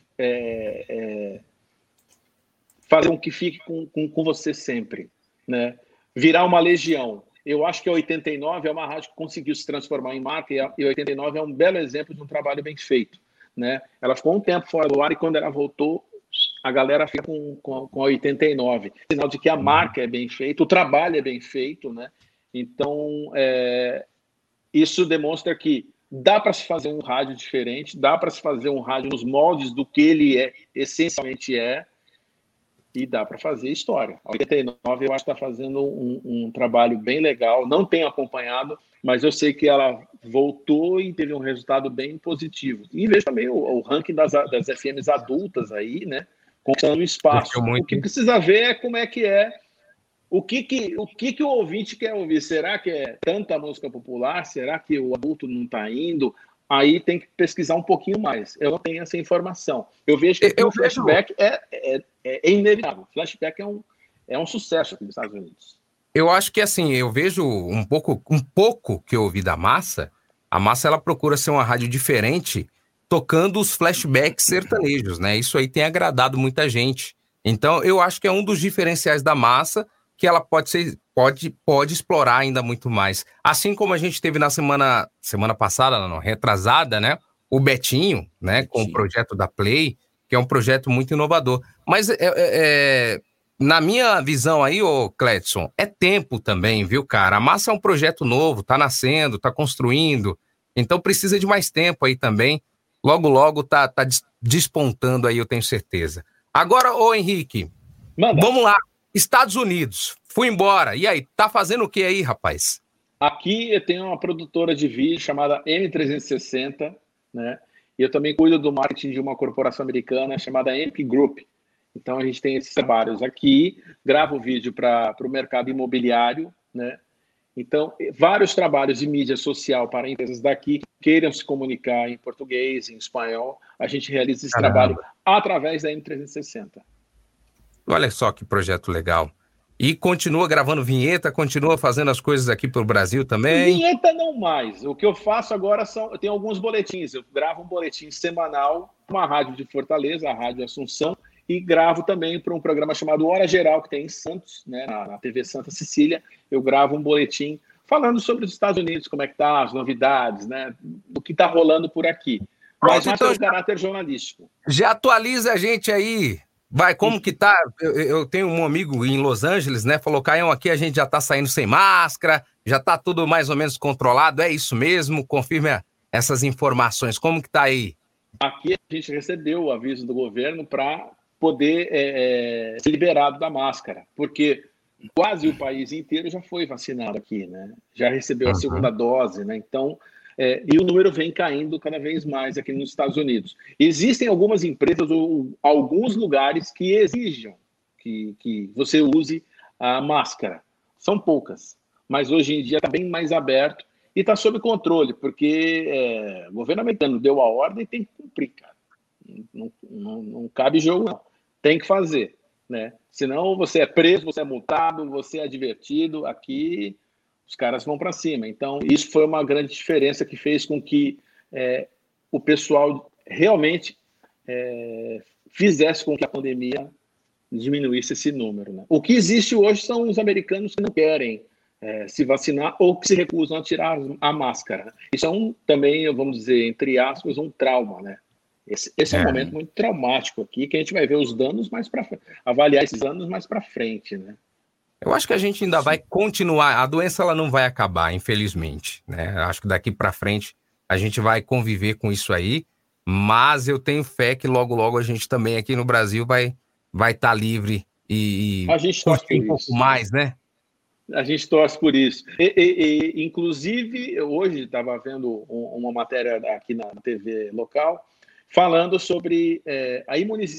fazer com que fique com você sempre, né? Virar uma legião. Eu acho que a 89 é uma rádio que conseguiu se transformar em marca e a 89 é um belo exemplo de um trabalho bem feito, né? Ela ficou um tempo fora do ar e quando ela voltou, a galera fica com a 89. Sinal de que a marca é bem feita, o trabalho é bem feito, né? Então, isso demonstra que dá para se fazer um rádio diferente, dá para se fazer um rádio nos moldes do que ele essencialmente é, e dá para fazer história. A 89 eu acho que está fazendo um trabalho bem legal, não tenho acompanhado, mas eu sei que ela voltou e teve um resultado bem positivo. E vejo também o ranking das FMs adultas aí, né, conquistando espaço. O que precisa ver é como é que é, o que o ouvinte quer ouvir. Será que é tanta música popular? Será que o adulto não está indo? Aí tem que pesquisar um pouquinho mais. Eu não tenho essa informação. Eu vejo que o flashback é inevitável. O flashback é um sucesso aqui nos Estados Unidos. Eu acho que, assim, eu vejo um pouco que eu ouvi da Massa. A Massa, ela procura ser uma rádio diferente, tocando os flashbacks sertanejos, né? Isso aí tem agradado muita gente. Então, eu acho que é um dos diferenciais da Massa, que ela pode explorar ainda muito mais. Assim como a gente teve na semana passada, não, retrasada, né? O Betinho, né? Com o projeto da Play, que é um projeto muito inovador. Mas na minha visão aí, ô Cledson, é tempo também, viu, cara? A Massa é um projeto novo, tá nascendo, tá construindo, então precisa de mais tempo aí também. Logo tá despontando aí, eu tenho certeza. Agora, ô Henrique, vamos lá. Estados Unidos, fui embora. E aí, tá fazendo o que aí, rapaz? Aqui eu tenho uma produtora de vídeo chamada M360, né? E eu também cuido do marketing de uma corporação americana chamada MP Group. Então, a gente tem esses trabalhos aqui, gravo vídeo para o mercado imobiliário, né? Então, vários trabalhos de mídia social para empresas daqui que queiram se comunicar em português, em espanhol. A gente realiza esse trabalho através da M360. Olha só que projeto legal. E continua gravando vinheta, continua fazendo as coisas aqui para o Brasil também? Vinheta não mais. O que eu faço agora eu tenho alguns boletins. Eu gravo um boletim semanal, uma rádio de Fortaleza, a Rádio Assunção, e gravo também para um programa chamado Hora Geral, que tem em Santos, né, na TV Santa Cecília. Eu gravo um boletim falando sobre os Estados Unidos, como é que tá, as novidades, né, o que está rolando por aqui. Mas mais pelo caráter jornalístico. Já atualiza a gente aí. Vai, como que tá? Eu tenho um amigo em Los Angeles, né? Falou, Caião, aqui a gente já tá saindo sem máscara, já tá tudo mais ou menos controlado. É isso mesmo? Confirme essas informações. Como que tá aí? Aqui a gente recebeu o aviso do governo para poder ser liberado da máscara, porque quase o país inteiro já foi vacinado aqui, né? Já recebeu a segunda dose, né? Então, e o número vem caindo cada vez mais aqui nos Estados Unidos. Existem algumas empresas ou alguns lugares que exijam que você use a máscara. São poucas, mas hoje em dia está bem mais aberto e está sob controle, porque o governo americano deu a ordem e tem que cumprir, cara. Não cabe jogo, não. Tem que fazer, né? Senão você é preso, você é multado, você é advertido. Aqui os caras vão para cima. Então, isso foi uma grande diferença que fez com que o pessoal realmente fizesse com que a pandemia diminuísse esse número, né? O que existe hoje são os americanos que não querem se vacinar ou que se recusam a tirar a máscara. Isso é também, vamos dizer, entre aspas, um trauma, né? Esse é um momento muito traumático aqui, que a gente vai ver os danos mais para avaliar esses danos mais para frente, né? Eu acho que a gente ainda vai continuar, a doença ela não vai acabar, infelizmente, né? Acho que daqui para frente a gente vai conviver com isso aí, mas eu tenho fé que logo a gente também aqui no Brasil vai estar livre e a gente torce por um pouco mais, né? A gente torce por isso. Inclusive, hoje estava vendo uma matéria aqui na TV local falando sobre a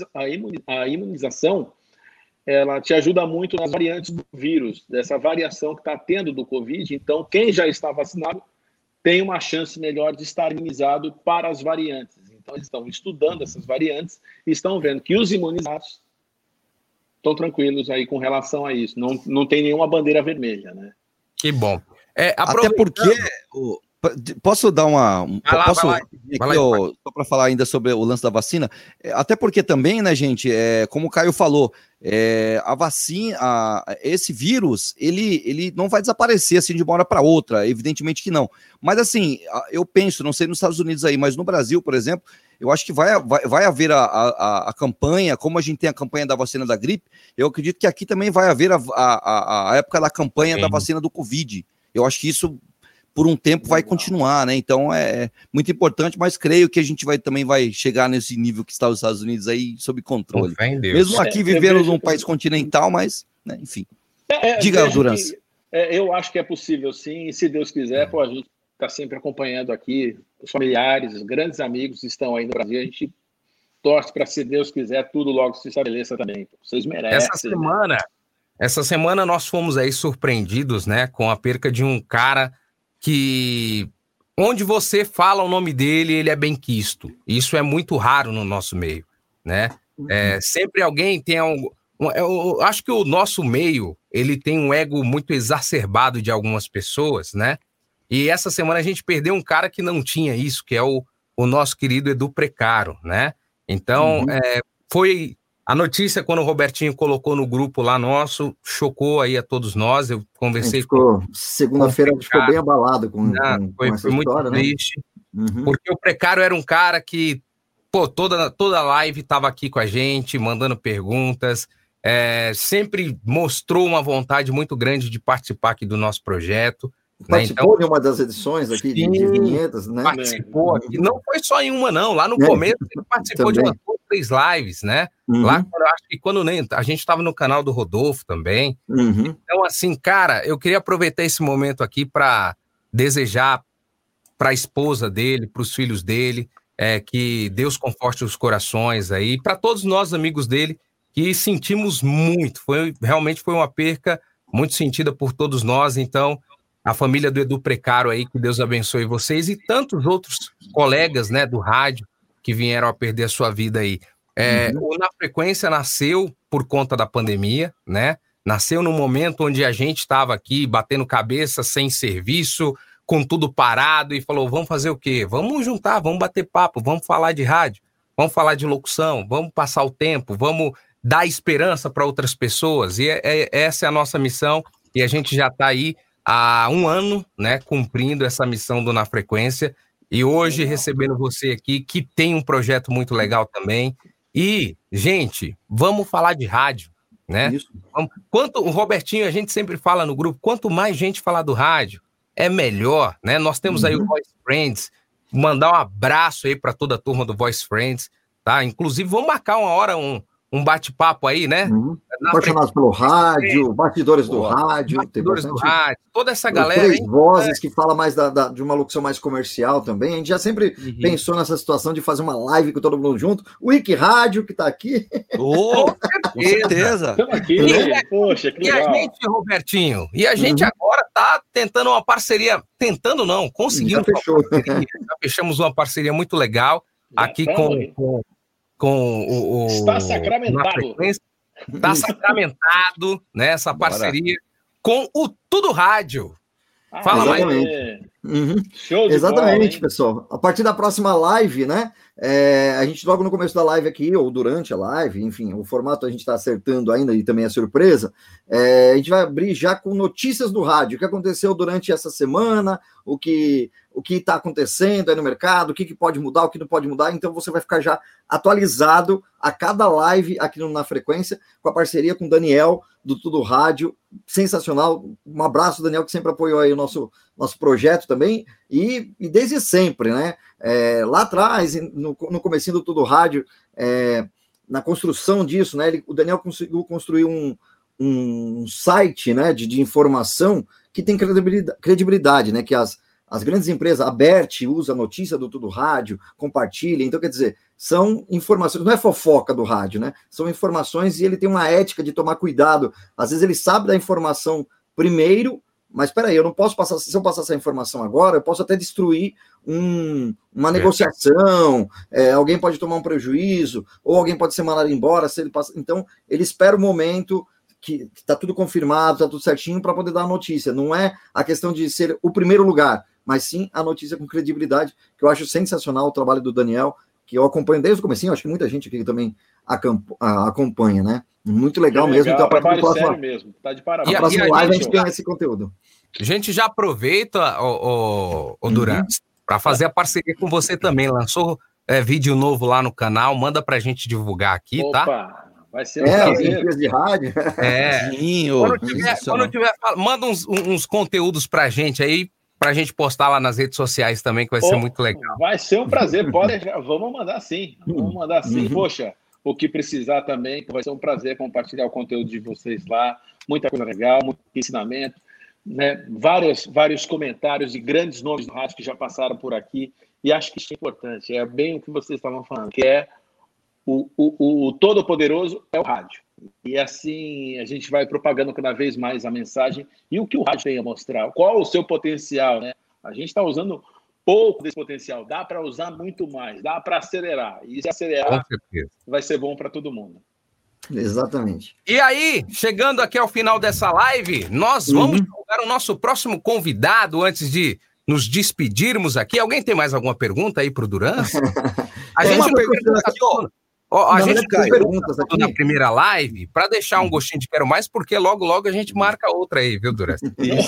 imunização. Ela te ajuda muito nas variantes do vírus, dessa variação que está tendo do Covid. Então, quem já está vacinado tem uma chance melhor de estar imunizado para as variantes. Então, eles estão estudando essas variantes e estão vendo que os imunizados estão tranquilos aí com relação a isso. Não tem nenhuma bandeira vermelha, né? Que bom. Até porque... Posso dar uma... Só para falar ainda sobre o lance da vacina? Até porque também, né, gente, como o Caio falou, a vacina, esse vírus, ele não vai desaparecer assim de uma hora para outra, evidentemente que não. Mas assim, eu penso, não sei nos Estados Unidos aí, mas no Brasil, por exemplo, eu acho que vai haver a campanha, como a gente tem a campanha da vacina da gripe, eu acredito que aqui também vai haver a época da campanha da vacina do Covid. Eu acho que isso... por um tempo vai continuar, né? Então é muito importante, mas creio que a gente também vai chegar nesse nível que está os Estados Unidos aí sob controle. Mesmo aqui vivendo num país continental, mas, né, enfim. Diga, Durans. Eu acho que é possível, sim, e se Deus quiser, a gente está sempre acompanhando aqui, os familiares, os grandes amigos que estão aí no Brasil, a gente torce para, se Deus quiser, tudo logo se estabeleça também. Vocês merecem. Essa semana nós fomos aí surpreendidos, né, com a perca de um cara que onde você fala o nome dele, ele é bem quisto. Isso é muito raro no nosso meio, né? Sempre alguém tem eu acho que o nosso meio, ele tem um ego muito exacerbado de algumas pessoas, né? E essa semana a gente perdeu um cara que não tinha isso, que é o nosso querido Edu Precaro, né? Então, foi... A notícia, quando o Robertinho colocou no grupo lá nosso, chocou aí a todos nós. Eu conversei segunda-feira a gente ficou bem abalado com essa foi muito história, triste, porque o Precário era um cara que, toda live estava aqui com a gente, mandando perguntas, sempre mostrou uma vontade muito grande de participar aqui do nosso projeto. Participou de uma das edições aqui de vinhetas, né? Participou aqui. Não foi só em uma, não. Lá no começo, ele participou de umas 3 lives, né? Lá, acho que quando a gente estava no canal do Rodolfo também. Então, assim, cara, eu queria aproveitar esse momento aqui para desejar para a esposa dele, para os filhos dele, que Deus conforte os corações aí, para todos nós, amigos dele, que sentimos muito. Realmente foi uma perca muito sentida por todos nós. Então, a família do Edu Precaro aí, que Deus abençoe vocês e tantos outros colegas, né, do rádio que vieram a perder a sua vida aí. O Na Frequência nasceu por conta da pandemia, né? Nasceu num momento onde a gente estava aqui batendo cabeça, sem serviço, com tudo parado e falou, vamos fazer o quê? Vamos juntar, vamos bater papo, vamos falar de rádio, vamos falar de locução, vamos passar o tempo, vamos dar esperança para outras pessoas. E essa é a nossa missão e a gente já está aí há 1 ano, né, cumprindo essa missão do Na Frequência, e hoje recebendo você aqui, que tem um projeto muito legal também. E, gente, vamos falar de rádio, né? Isso. O Robertinho, a gente sempre fala no grupo, quanto mais gente falar do rádio, é melhor, né? Nós temos aí o Voice Friends, mandar um abraço aí para toda a turma do Voice Friends, tá? Inclusive, vamos marcar uma hora, um bate-papo aí, né? Apaixonados pelo rádio, bastidores do rádio. Bastidores do rádio, toda essa galera. 3 vozes que fala mais de uma locução mais comercial também. A gente já sempre pensou nessa situação de fazer uma live com todo mundo junto. O Wiki Rádio, que está aqui. Com certeza. Estamos aqui, né? Poxa, que legal. E a gente, Robertinho, agora está tentando uma parceria, tentando não, conseguimos fechou. Já fechamos uma parceria muito legal aqui com o Está sacramentado. Está sacramentado, né, essa parceria com o Tudo Rádio. Fala mais. Show de Exatamente, bola, pessoal. A partir da próxima live, né? A gente logo no começo da live aqui, ou durante a live, enfim, o formato a gente está acertando ainda e também é surpresa. A gente vai abrir já com notícias do rádio, o que aconteceu durante essa semana, o que está acontecendo aí no mercado, o que pode mudar, o que não pode mudar. Então você vai ficar já atualizado a cada live aqui Na Frequência, com a parceria com o Daniel do Tudo Rádio. Sensacional. Um abraço, Daniel, que sempre apoiou aí o nosso projeto também, e desde sempre, né? Lá atrás, no comecinho do Tudo Rádio, na construção disso, né? O Daniel conseguiu construir um site, né, de informação que tem credibilidade, né? Que as grandes empresas, a Bert usa a notícia do Tudo Rádio, compartilha, então quer dizer, são informações, não é fofoca do rádio, né? São informações e ele tem uma ética de tomar cuidado. Às vezes ele sabe da informação primeiro, mas espera aí, eu não posso passar, se eu passar essa informação agora, eu posso até destruir uma negociação, alguém pode tomar um prejuízo, ou alguém pode ser mandado embora, se ele passa. Então, ele espera o momento que está tudo confirmado, está tudo certinho, para poder dar a notícia. Não é a questão de ser o primeiro lugar, mas sim a notícia com credibilidade, que eu acho sensacional o trabalho do Daniel, que eu acompanho desde o comecinho, acho que muita gente aqui também acompanha, né? Muito legal mesmo. Então, trabalho sério mesmo. Tá de parabéns. A próxima live a gente ganha esse conteúdo. A gente já aproveita, o Duran, para fazer a parceria com você também. Lançou vídeo novo lá no canal, manda pra gente divulgar aqui, tá? Vai ser um prazer. De rádio. Quando tiver, manda uns conteúdos pra gente aí, pra gente postar lá nas redes sociais também, que vai ser muito legal. Vai ser um prazer, vamos mandar sim. Vamos mandar sim. Poxa, o que precisar também, vai ser um prazer compartilhar o conteúdo de vocês lá. Muita coisa legal, muito ensinamento, né? Vários comentários de grandes nomes do rádio que já passaram por aqui, e acho que isso é importante, é bem o que vocês estavam falando, que é o todo-poderoso é o rádio. E assim a gente vai propagando cada vez mais a mensagem e o que o rádio tem a mostrar, qual o seu potencial, né? A gente está usando pouco desse potencial, dá para usar muito mais, dá para acelerar, e se acelerar vai ser bom para todo mundo. Exatamente. E aí, chegando aqui ao final dessa live, nós vamos divulgar o nosso próximo convidado antes de nos despedirmos aqui. Alguém tem mais alguma pergunta aí para o Duran? A gente tem perguntas aqui na primeira live para deixar um gostinho de quero mais, porque logo a gente marca outra aí, viu, Duran?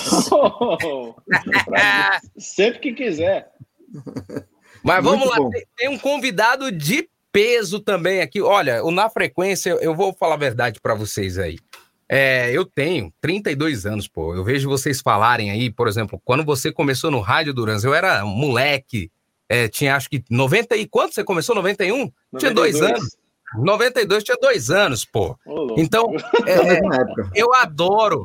Sempre que quiser. Mas vamos lá, tem um convidado de peso também aqui. Olha, o Na Frequência, eu vou falar a verdade para vocês aí. Eu tenho 32 anos, pô. Eu vejo vocês falarem aí, por exemplo, quando você começou no Rádio Duran, eu era um moleque, tinha acho que 90 e quanto você começou? 91? 92. Tinha 2 anos. 92, tinha 2 anos, pô. Então, eu adoro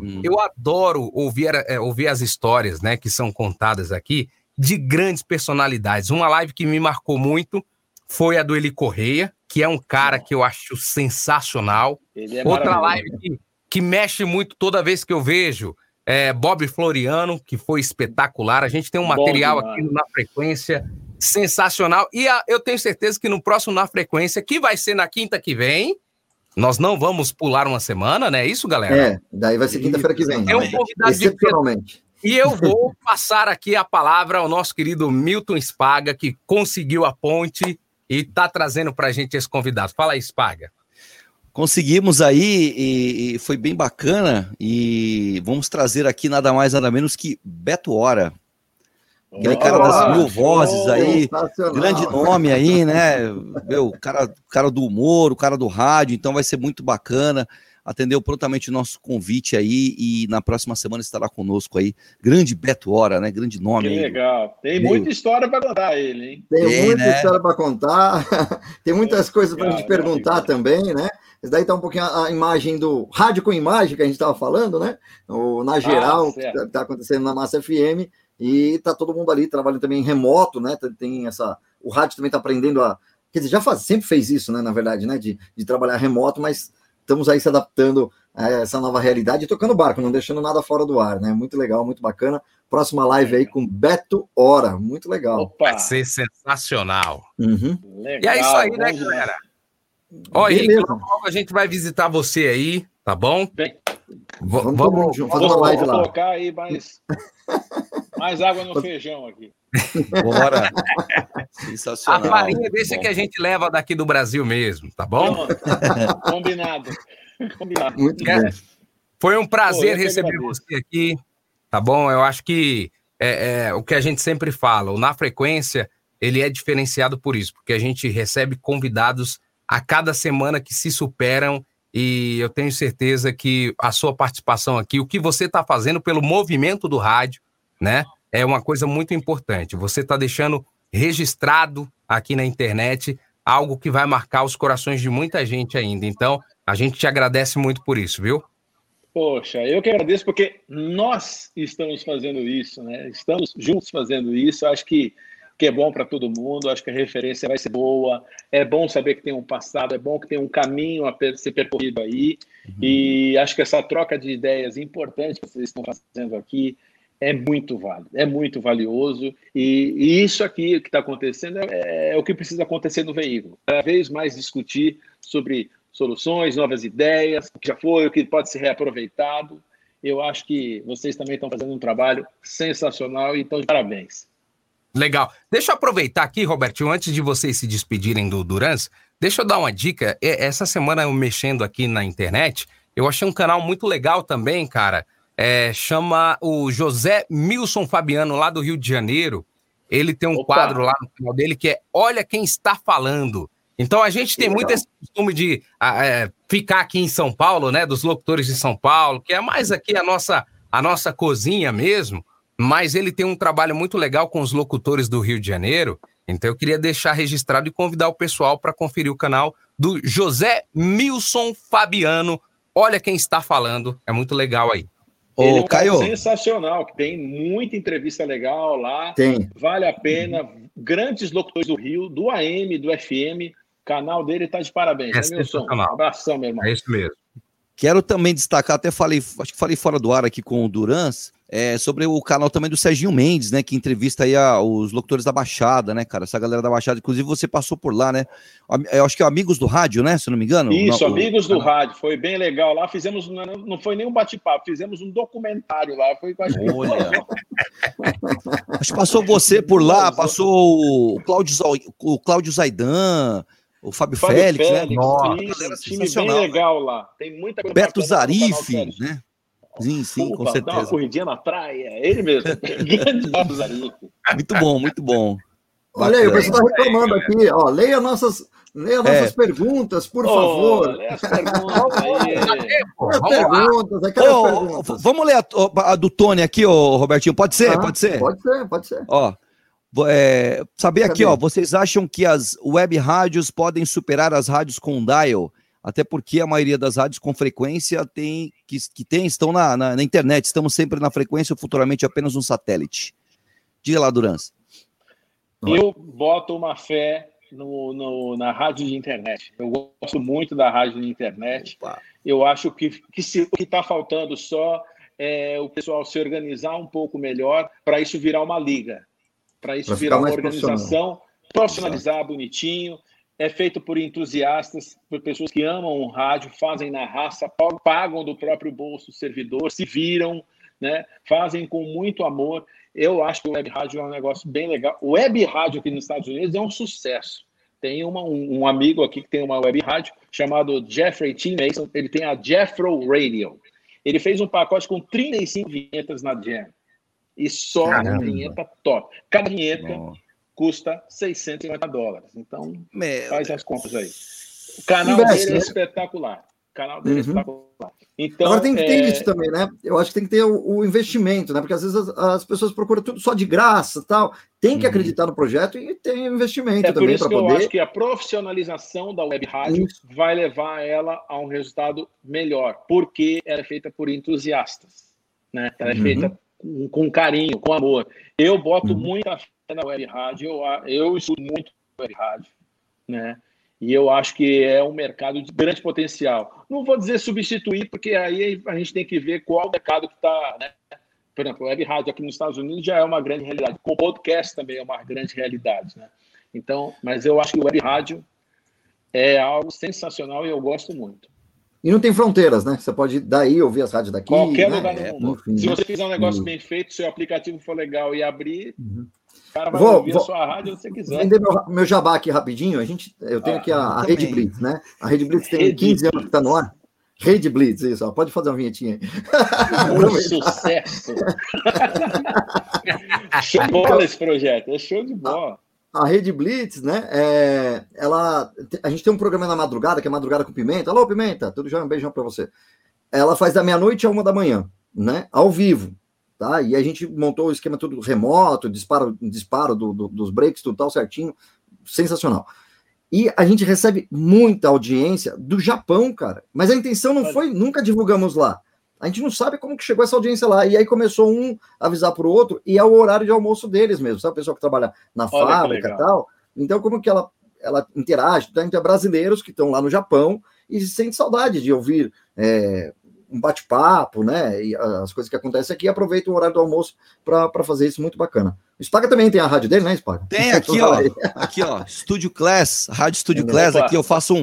ouvir as histórias, né, que são contadas aqui de grandes personalidades. Uma live que me marcou muito foi a do Eli Correia, que é um cara que eu acho sensacional. Outra live que mexe muito toda vez que eu vejo Bob Floriano, que foi espetacular. A gente tem um material aqui Na Frequência sensacional. E eu tenho certeza que no próximo Na Frequência, que vai ser na quinta que vem, nós não vamos pular uma semana, né? É isso, galera? Daí vai ser quinta-feira que vem. É um convidado excepcionalmente. E eu vou passar aqui a palavra ao nosso querido Milton Spaga, que conseguiu a ponte e está trazendo para a gente esse convidado. Fala aí, Spaga. Conseguimos aí e foi bem bacana, e vamos trazer aqui nada mais nada menos que Beto Hora, aquele cara das 1000 vozes aí, grande nome aí, né? Meu, cara do humor, o cara do rádio, então vai ser muito bacana. Atendeu prontamente o nosso convite aí e na próxima semana estará conosco aí. Grande Beto Hora, né? Grande nome. Que legal. Tem muita história para contar ele, hein? Tem muita história para contar. Tem muitas coisas para a gente perguntar também, né? Isso daí tá um pouquinho a imagem do rádio com imagem que a gente estava falando, né? Na geral, que está acontecendo na Massa FM. E tá todo mundo ali trabalhando também remoto, né? Tem o rádio também está aprendendo quer dizer, sempre fez isso, né? Na verdade, né? De trabalhar remoto, mas estamos aí se adaptando a essa nova realidade e tocando barco, não deixando nada fora do ar, né? Muito legal, muito bacana. Próxima live aí com Beto Hora, muito legal. Vai ser sensacional. Legal, e é isso aí, né, galera? Olha aí, logo a gente vai visitar você aí, tá bom? Vamos fazer uma live lá. Vou colocar aí mais Mais água no feijão aqui. Bora. Sensacional. A farinha deixa que a gente leva daqui do Brasil mesmo, tá bom? Combinado. Combinado. Muito bom. Foi um prazer eu que receber agradeço. você aqui, tá bom? Eu acho que o que a gente sempre fala, o Na Frequência, ele é diferenciado por isso, porque a gente recebe convidados a cada semana que se superam e eu tenho certeza que a sua participação aqui, o que você está fazendo pelo movimento do rádio, né, é uma coisa muito importante. Você está deixando registrado aqui na internet algo que vai marcar os corações de muita gente ainda. Então, a gente te agradece muito por isso, viu? Poxa, eu que agradeço porque nós estamos fazendo isso, né? Estamos juntos fazendo isso. Acho que é bom para todo mundo. Acho que a referência vai ser boa. É bom saber que tem um passado, é bom que tem um caminho a ser percorrido aí. E acho que essa troca de ideias importante que vocês estão fazendo aqui é muito válido, é muito valioso. E isso aqui, o que está acontecendo, é o que precisa acontecer no veículo. Cada vez mais discutir sobre soluções, novas ideias, o que já foi, o que pode ser reaproveitado. Eu acho que vocês também estão fazendo um trabalho sensacional e estão de parabéns. Legal. Deixa eu aproveitar aqui, Robertinho, antes de vocês se despedirem do Durans, deixa eu dar uma dica. Essa semana eu mexendo aqui na internet, eu achei um canal muito legal também, cara. Chama o José Milson Fabiano, lá do Rio de Janeiro. Ele tem um quadro lá no canal dele que é Olha Quem Está Falando. Então a gente tem muito esse costume de ficar aqui em São Paulo, né, dos locutores de São Paulo, que é mais aqui a nossa cozinha mesmo, mas ele tem um trabalho muito legal com os locutores do Rio de Janeiro, então eu queria deixar registrado e convidar o pessoal para conferir o canal do José Milson Fabiano, Olha Quem Está Falando, é muito legal aí. Ele é um Caio, sensacional, que tem muita entrevista legal lá, vale a pena, grandes locutores do Rio, do AM, do FM, o canal dele está de parabéns, né, Milson? Um abração, meu irmão. É isso mesmo. Quero também destacar, até falei, acho que falei fora do ar aqui com o Durans, sobre o canal também do Serginho Mendes, né, que entrevista aí os locutores da Baixada, né, cara, essa galera da Baixada, inclusive você passou por lá, né, eu acho que é Amigos do Rádio, né, se eu não me engano. Isso, Amigos do Rádio, foi bem legal lá, fizemos, não foi nem um bate-papo, fizemos um documentário lá, foi quase... Olha, acho que passou você por lá, passou o Cláudio Zaidan, o Fábio Félix, né? Nossa, um time bem legal lá. Tem muita coisa. Beto Zarif, né? Sim, com certeza. Dá uma corridinha na praia, ele mesmo. Grande Beto Zarif. Muito bom, muito bom. Olha aí, o pessoal está reclamando aqui, ó. Leia nossas perguntas, por favor. Leia as perguntas aí. Vamos ler a do Tony aqui, Robertinho. Pode ser? Pode ser. Ó. Saber aqui, vocês acham que as web rádios podem superar as rádios com dial? Até porque a maioria das rádios com frequência estão na internet, estamos sempre na frequência, futuramente apenas um satélite. Diga lá, Durans. Eu boto uma fé na rádio de internet. Eu gosto muito da rádio de internet. Opa. Eu acho que o que está faltando só é o pessoal se organizar um pouco melhor para isso virar uma liga. Para isso virar uma organização, profissionalizar bonitinho, é feito por entusiastas, por pessoas que amam o rádio, fazem na raça, pagam do próprio bolso o servidor, se viram, né? Fazem com muito amor. Eu acho que o web rádio é um negócio bem legal. O web rádio aqui nos Estados Unidos é um sucesso. Tem um amigo aqui que tem uma web rádio chamado Jeffrey T. Mason, ele tem a Jeffro Radio. Ele fez um pacote com 35 vinhetas na Jam. E só uma vinheta top. Cada vinheta custa $650. Então, faz as contas aí. O canal dele é espetacular. Então, agora tem que ter isso também, né? Eu acho que tem que ter o investimento, né? Porque às vezes as pessoas procuram tudo só de graça, tal. Tem que acreditar no projeto e tem investimento também para poder. Eu acho que a profissionalização da web rádio vai levar ela a um resultado melhor, porque ela é feita por entusiastas, né? Ela é feita com carinho, com amor. Eu boto muita fé na web rádio, eu estudo muito web rádio, né? E eu acho que é um mercado de grande potencial. Não vou dizer substituir, porque aí a gente tem que ver qual mercado que está, né? Por exemplo, a web rádio aqui nos Estados Unidos já é uma grande realidade. O podcast também é uma grande realidade, né? Então, mas eu acho que o web rádio é algo sensacional e eu gosto muito. E não tem fronteiras, né? Você pode daí ouvir as rádios daqui. Qualquer né? lugar do mundo. Enfim, Se né? você fizer um negócio bem feito, seu aplicativo for legal e abrir, Uhum. o cara vai Vou- ouvir vou- a sua rádio onde você quiser. Vender meu jabá aqui rapidinho. Eu tenho aqui a também. Rede Blitz, né? A Rede Blitz tem Rede 15 anos que está no ar. Rede Blitz, isso. Ó, pode fazer uma vinhetinha aí. Um sucesso. Show de bola esse projeto, é show de bola. A Rede Blitz, né? A gente tem um programa na madrugada, que é Madrugada com Pimenta. Alô, Pimenta, tudo já? Um beijão para você. Ela faz da meia-noite a 1h, né? Ao vivo, tá? E a gente montou o esquema tudo remoto, disparo dos breaks, tudo tal certinho. Sensacional. E a gente recebe muita audiência do Japão, cara. Mas a intenção não foi, nunca divulgamos lá. A gente não sabe como que chegou essa audiência lá. E aí começou um a avisar para o outro, e é o horário de almoço deles mesmo, sabe? O pessoal que trabalha na fábrica e tal. Então, como que ela interage? Então, é brasileiros que estão lá no Japão e sente saudade de ouvir um bate-papo, né? E as coisas que acontecem aqui, aproveita o horário do almoço para fazer isso, muito bacana. O Spaga também tem a rádio dele, né, Spaga? Tem aqui, ó, Studio Class, Rádio Studio Class, aqui eu faço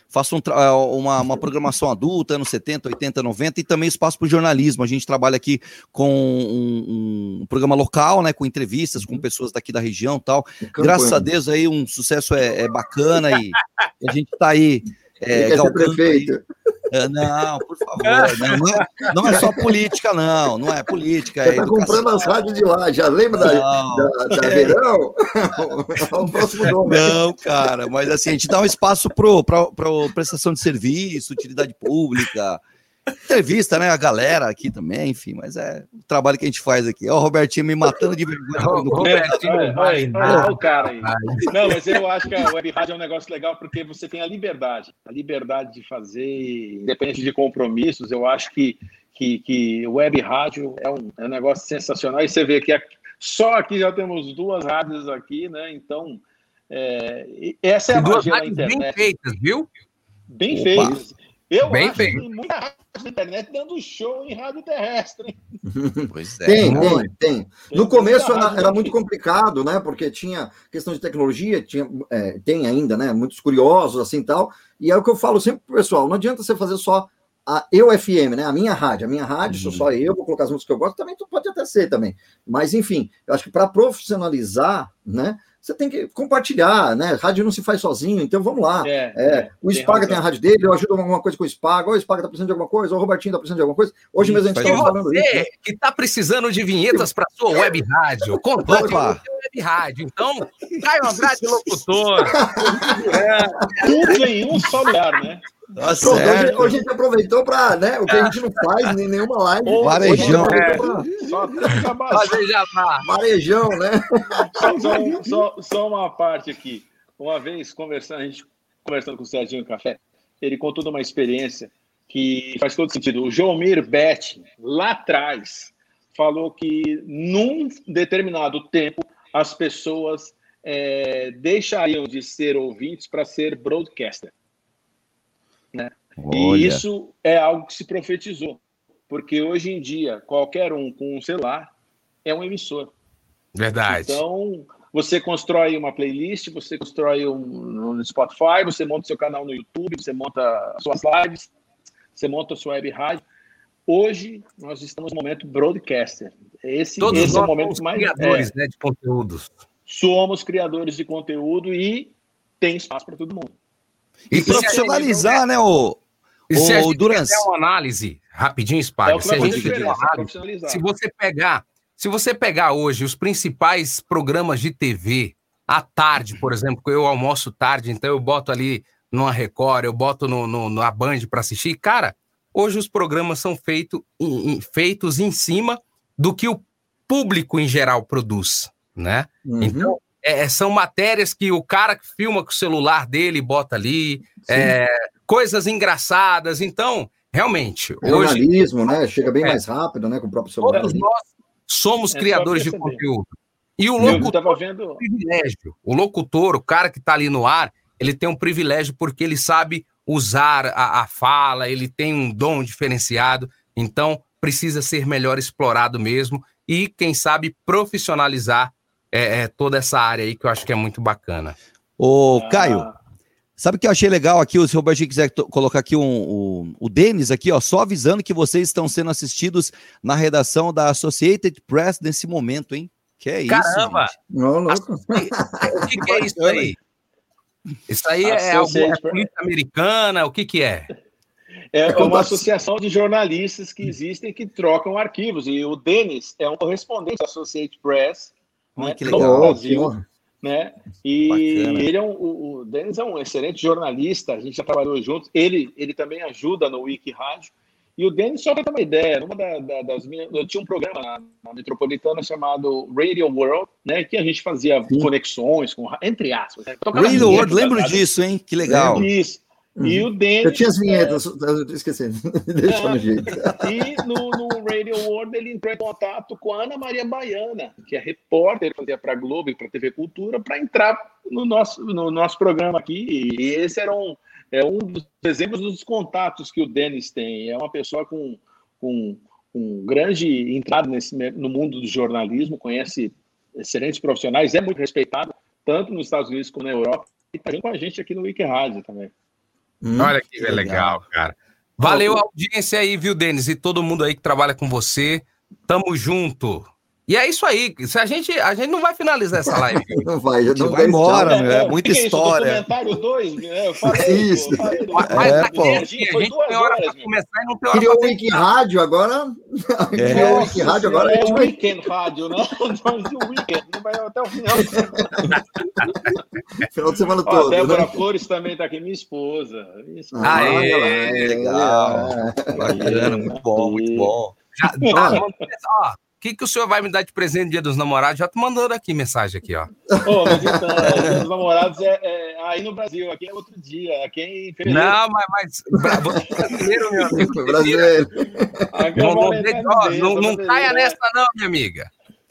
uma programação adulta, anos 70, 80, 90, e também espaço para o jornalismo. A gente trabalha aqui com um programa local, né, com entrevistas com pessoas daqui da região e tal. Graças a Deus aí um sucesso é bacana e a gente está aí prefeito. Não, por favor, não é só política, não é política. Você está comprando as rádios de lá, já lembra da Verão? O próximo nome. Não, cara, mas assim, a gente dá um espaço para prestação de serviço, utilidade pública, entrevista, né, a galera aqui também, enfim, mas é o trabalho que a gente faz aqui. Ó, o Robertinho me matando de vergonha. Olha o cara aí. Não, mas eu acho que a web rádio é um negócio legal porque você tem a liberdade de fazer, independente de compromissos. Eu acho que web rádio é um negócio sensacional. E você vê que só aqui já temos 2 rádios aqui, né? Então, essa é a magia da internet. Bem feitas, viu? Bem feitas. Eu bem acho que tem muita rádio na internet dando show em rádio terrestre. Pois é. Tem. No começo era muito complicado, né? Porque tinha questão de tecnologia, tem ainda, né? Muitos curiosos, assim, tal. E é o que eu falo sempre pro pessoal, não adianta você fazer só a FM, né? A minha rádio, sou só eu, vou colocar as músicas que eu gosto, também tu pode até ser também. Mas, enfim, eu acho que para profissionalizar, né? Você tem que compartilhar, né? Rádio não se faz sozinho, então vamos lá. O Spaga tem a rádio dele, eu ajudo alguma coisa com o Spaga, o Spaga tá precisando de alguma coisa, o Robertinho tá precisando de alguma coisa. Hoje mesmo a gente estava falando isso. Né? Que tá precisando de vinhetas para sua web rádio, contate com a web rádio. Então, Caio Andrade, locutor. Tudo em um só lugar, né? Hoje a gente aproveitou para, né, o que a gente não faz em nenhuma live. Varejão. Varejão, né? Só uma parte aqui. Uma vez, a gente conversando com o Serginho Café, ele contou de uma experiência que faz todo sentido. O Joelmir Betti, lá atrás, falou que num determinado tempo as pessoas deixariam de ser ouvintes para ser broadcaster. Né? E isso é algo que se profetizou, porque hoje em dia qualquer um com um celular é um emissor. Verdade. Então você constrói uma playlist, você constrói no Spotify, você monta seu canal no YouTube, você monta suas lives, você monta sua web rádio. Hoje nós estamos no momento broadcaster. Esse é o momento mais criadores, né, de conteúdos. Somos criadores de conteúdo e tem espaço para todo mundo. E profissionalizar, né, se a gente Durance. fizer uma análise, rapidinho, Spaga, se você pegar hoje os principais programas de TV, à tarde, por exemplo, que eu almoço tarde, então eu boto ali numa Record, eu boto na Band para assistir, cara, hoje os programas são feitos em cima do que o público em geral produz, né? Uhum. Então, são matérias que o cara que filma com o celular dele bota ali, coisas engraçadas. Então, realmente, jornalismo, né? Chega bem mais rápido, né? Com o próprio celular. Todos nós somos criadores de conteúdo. E o locutor tem um privilégio. O locutor, o cara que está ali no ar, ele tem um privilégio porque ele sabe usar a fala, ele tem um dom diferenciado. Então, precisa ser melhor explorado mesmo e, quem sabe, profissionalizar toda essa área aí que eu acho que é muito bacana. Ô, Caio, Sabe o que eu achei legal aqui? Se o Robertinho quiser colocar aqui o Denis aqui, ó, só avisando que vocês estão sendo assistidos na redação da Associated Press nesse momento, hein? Que é isso? Caramba! Não, louco. O que é isso aí? Isso aí é alguma polícia americana? O que é? É uma associação de jornalistas que existem que trocam arquivos. E o Denis é um correspondente da Associated Press, né, que no legal. Brasil. Né? E Bacana. ele o Denis é um excelente jornalista, a gente já trabalhou juntos. Ele também ajuda no Wiki Rádio. E o Denis, só para ter uma ideia, eu tinha um programa na Metropolitana chamado Radio World, né, que a gente fazia conexões, entre aspas. Né? Radio World, lembro disso, hein? Que legal. Isso. E o Denis... Eu tinha as vinhetas, eu esqueci. Deixa no jeito. E no Radio World ele entrou em contato com a Ana Maria Baiana, que é repórter, ele fazia para a Globo e para a TV Cultura, para entrar no nosso programa aqui. E esse era um dos exemplos dos contatos que o Denis tem. É uma pessoa com grande entrada no mundo do jornalismo, conhece excelentes profissionais, é muito respeitado, tanto nos Estados Unidos como na Europa, e também com a gente aqui no Wiki Rádio também. Olha que legal, cara. Valeu a audiência aí, viu, Denis? E todo mundo aí que trabalha com você. Tamo junto. E é isso aí. A gente não vai finalizar essa live. Não vai, A gente vai embora, meu. É muita história. Documentário 2, eu Isso. Mas aqui a gente tem hora pra começar e não tem hora Criou o pra Wiki Rádio agora. Criou o Wiki Rádio agora. É o Weekend Rádio, né? O Weekend. Não vai até o final. Final de semana todo. A Débora Flores também está aqui, minha esposa. Legal. Bacana, muito bom, muito bom. O que o senhor vai me dar de presente no Dia dos Namorados? Já tô mandando aqui mensagem aqui, ó. Mas então, o Dia dos Namorados é aí no Brasil, aqui é outro dia, aqui é em fevereiro. Não, mas você é brasileiro, meu amigo. Brasileiro. Não caia nessa não, minha amiga.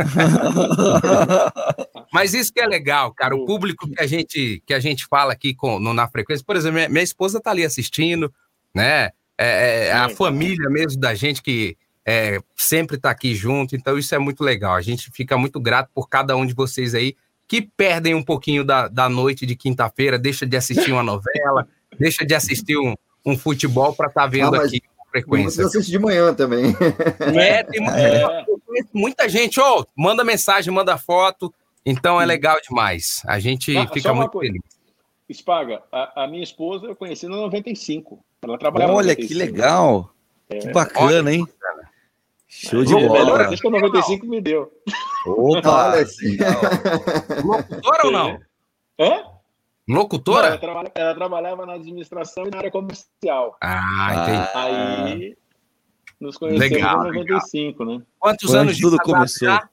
Mas isso que é legal, cara, o público que a gente fala aqui na frequência, por exemplo, minha esposa tá ali assistindo, né? A família mesmo da gente que sempre tá aqui junto, então isso é muito legal. A gente fica muito grato por cada um de vocês aí que perdem um pouquinho da noite de quinta-feira, deixa de assistir uma novela, deixa de assistir um futebol para estar vendo aqui com frequência. Você assiste de manhã também. Tem muita gente, manda mensagem, manda foto, então é legal demais. A gente fica muito feliz. Spaga, a minha esposa eu conheci no 95. Ela trabalhava no 95. Olha, que legal. Que bacana, hein? Show de bola. Acho que o 95 me deu. Opa! Olha assim. Locutora ou não? Hã? Locutora? Não, ela trabalhava na administração e na área comercial. Entendi. Aí nos conhecemos em 95, né? Quantos anos de tudo começou? Já?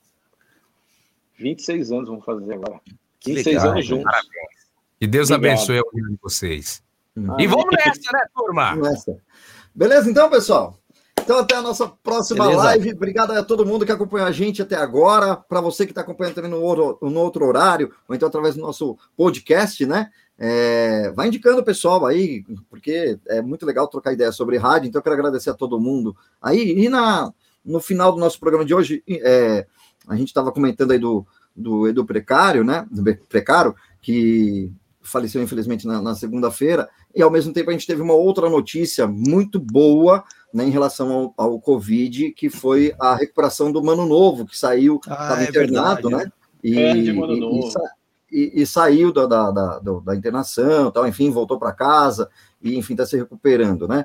26 anos vamos fazer agora. Que 26 legal, anos juntos. Parabéns. Que Deus abençoe a união de vocês. E vamos nessa, né, turma? Beleza, então, pessoal? Então, até a nossa próxima live. Obrigado a todo mundo que acompanhou a gente até agora. Para você que está acompanhando também no outro horário, ou então através do nosso podcast, né? Vai indicando o pessoal aí, porque é muito legal trocar ideia sobre rádio. Então, eu quero agradecer a todo mundo. Aí, e no final do nosso programa de hoje, a gente estava comentando aí do Edu Precário, né? Do Precário, que faleceu, infelizmente, na segunda-feira. E, ao mesmo tempo, a gente teve uma outra notícia muito boa, né, em relação ao Covid, que foi a recuperação do Mano Novo, que saiu, estava internado, verdade, né? E saiu da internação, tal, enfim, voltou para casa, e, enfim, está se recuperando, né?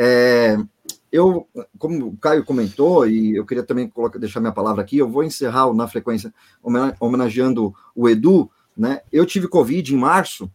Como o Caio comentou, e eu queria também deixar minha palavra aqui, eu vou encerrar Na Frequência homenageando o Edu, né? Eu tive Covid em março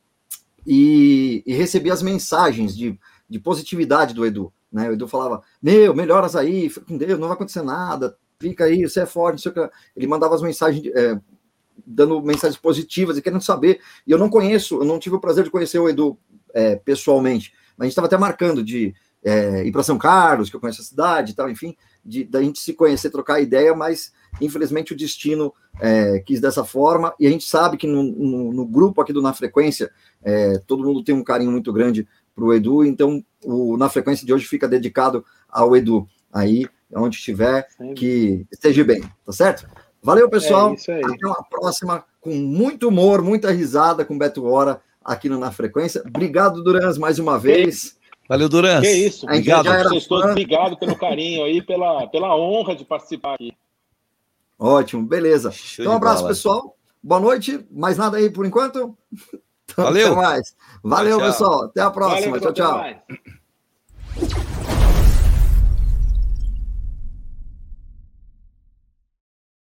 e recebi as mensagens de positividade do Edu, né? O Edu falava, melhoras aí, fica com Deus, não vai acontecer nada, fica aí, você é forte, não sei o que. Ele mandava as mensagens, dando mensagens positivas e querendo saber, e eu não tive o prazer de conhecer o Edu pessoalmente, mas a gente estava até marcando de ir para São Carlos, que eu conheço a cidade e tal, enfim, da gente se conhecer, trocar ideia, mas infelizmente o destino quis dessa forma, e a gente sabe que no grupo aqui do Na Frequência, todo mundo tem um carinho muito grande para o Edu, então o Na Frequência de hoje fica dedicado ao Edu, aí onde estiver, que esteja bem, tá certo? Valeu, pessoal, até uma próxima, com muito humor, muita risada com Beto Hora, aqui no Na Frequência. Obrigado, Durans, mais uma vez. Valeu, Durans. Que isso. Obrigado. Vocês todos, obrigado pelo carinho aí, pela honra de participar aqui. Ótimo, beleza. Show Então, um de abraço, bola. pessoal. Boa noite. Mais nada aí por enquanto? Então, Valeu. até mais. Valeu, Tchau, tchau. pessoal. Até a próxima. Valeu, Tchau, tchau. até mais.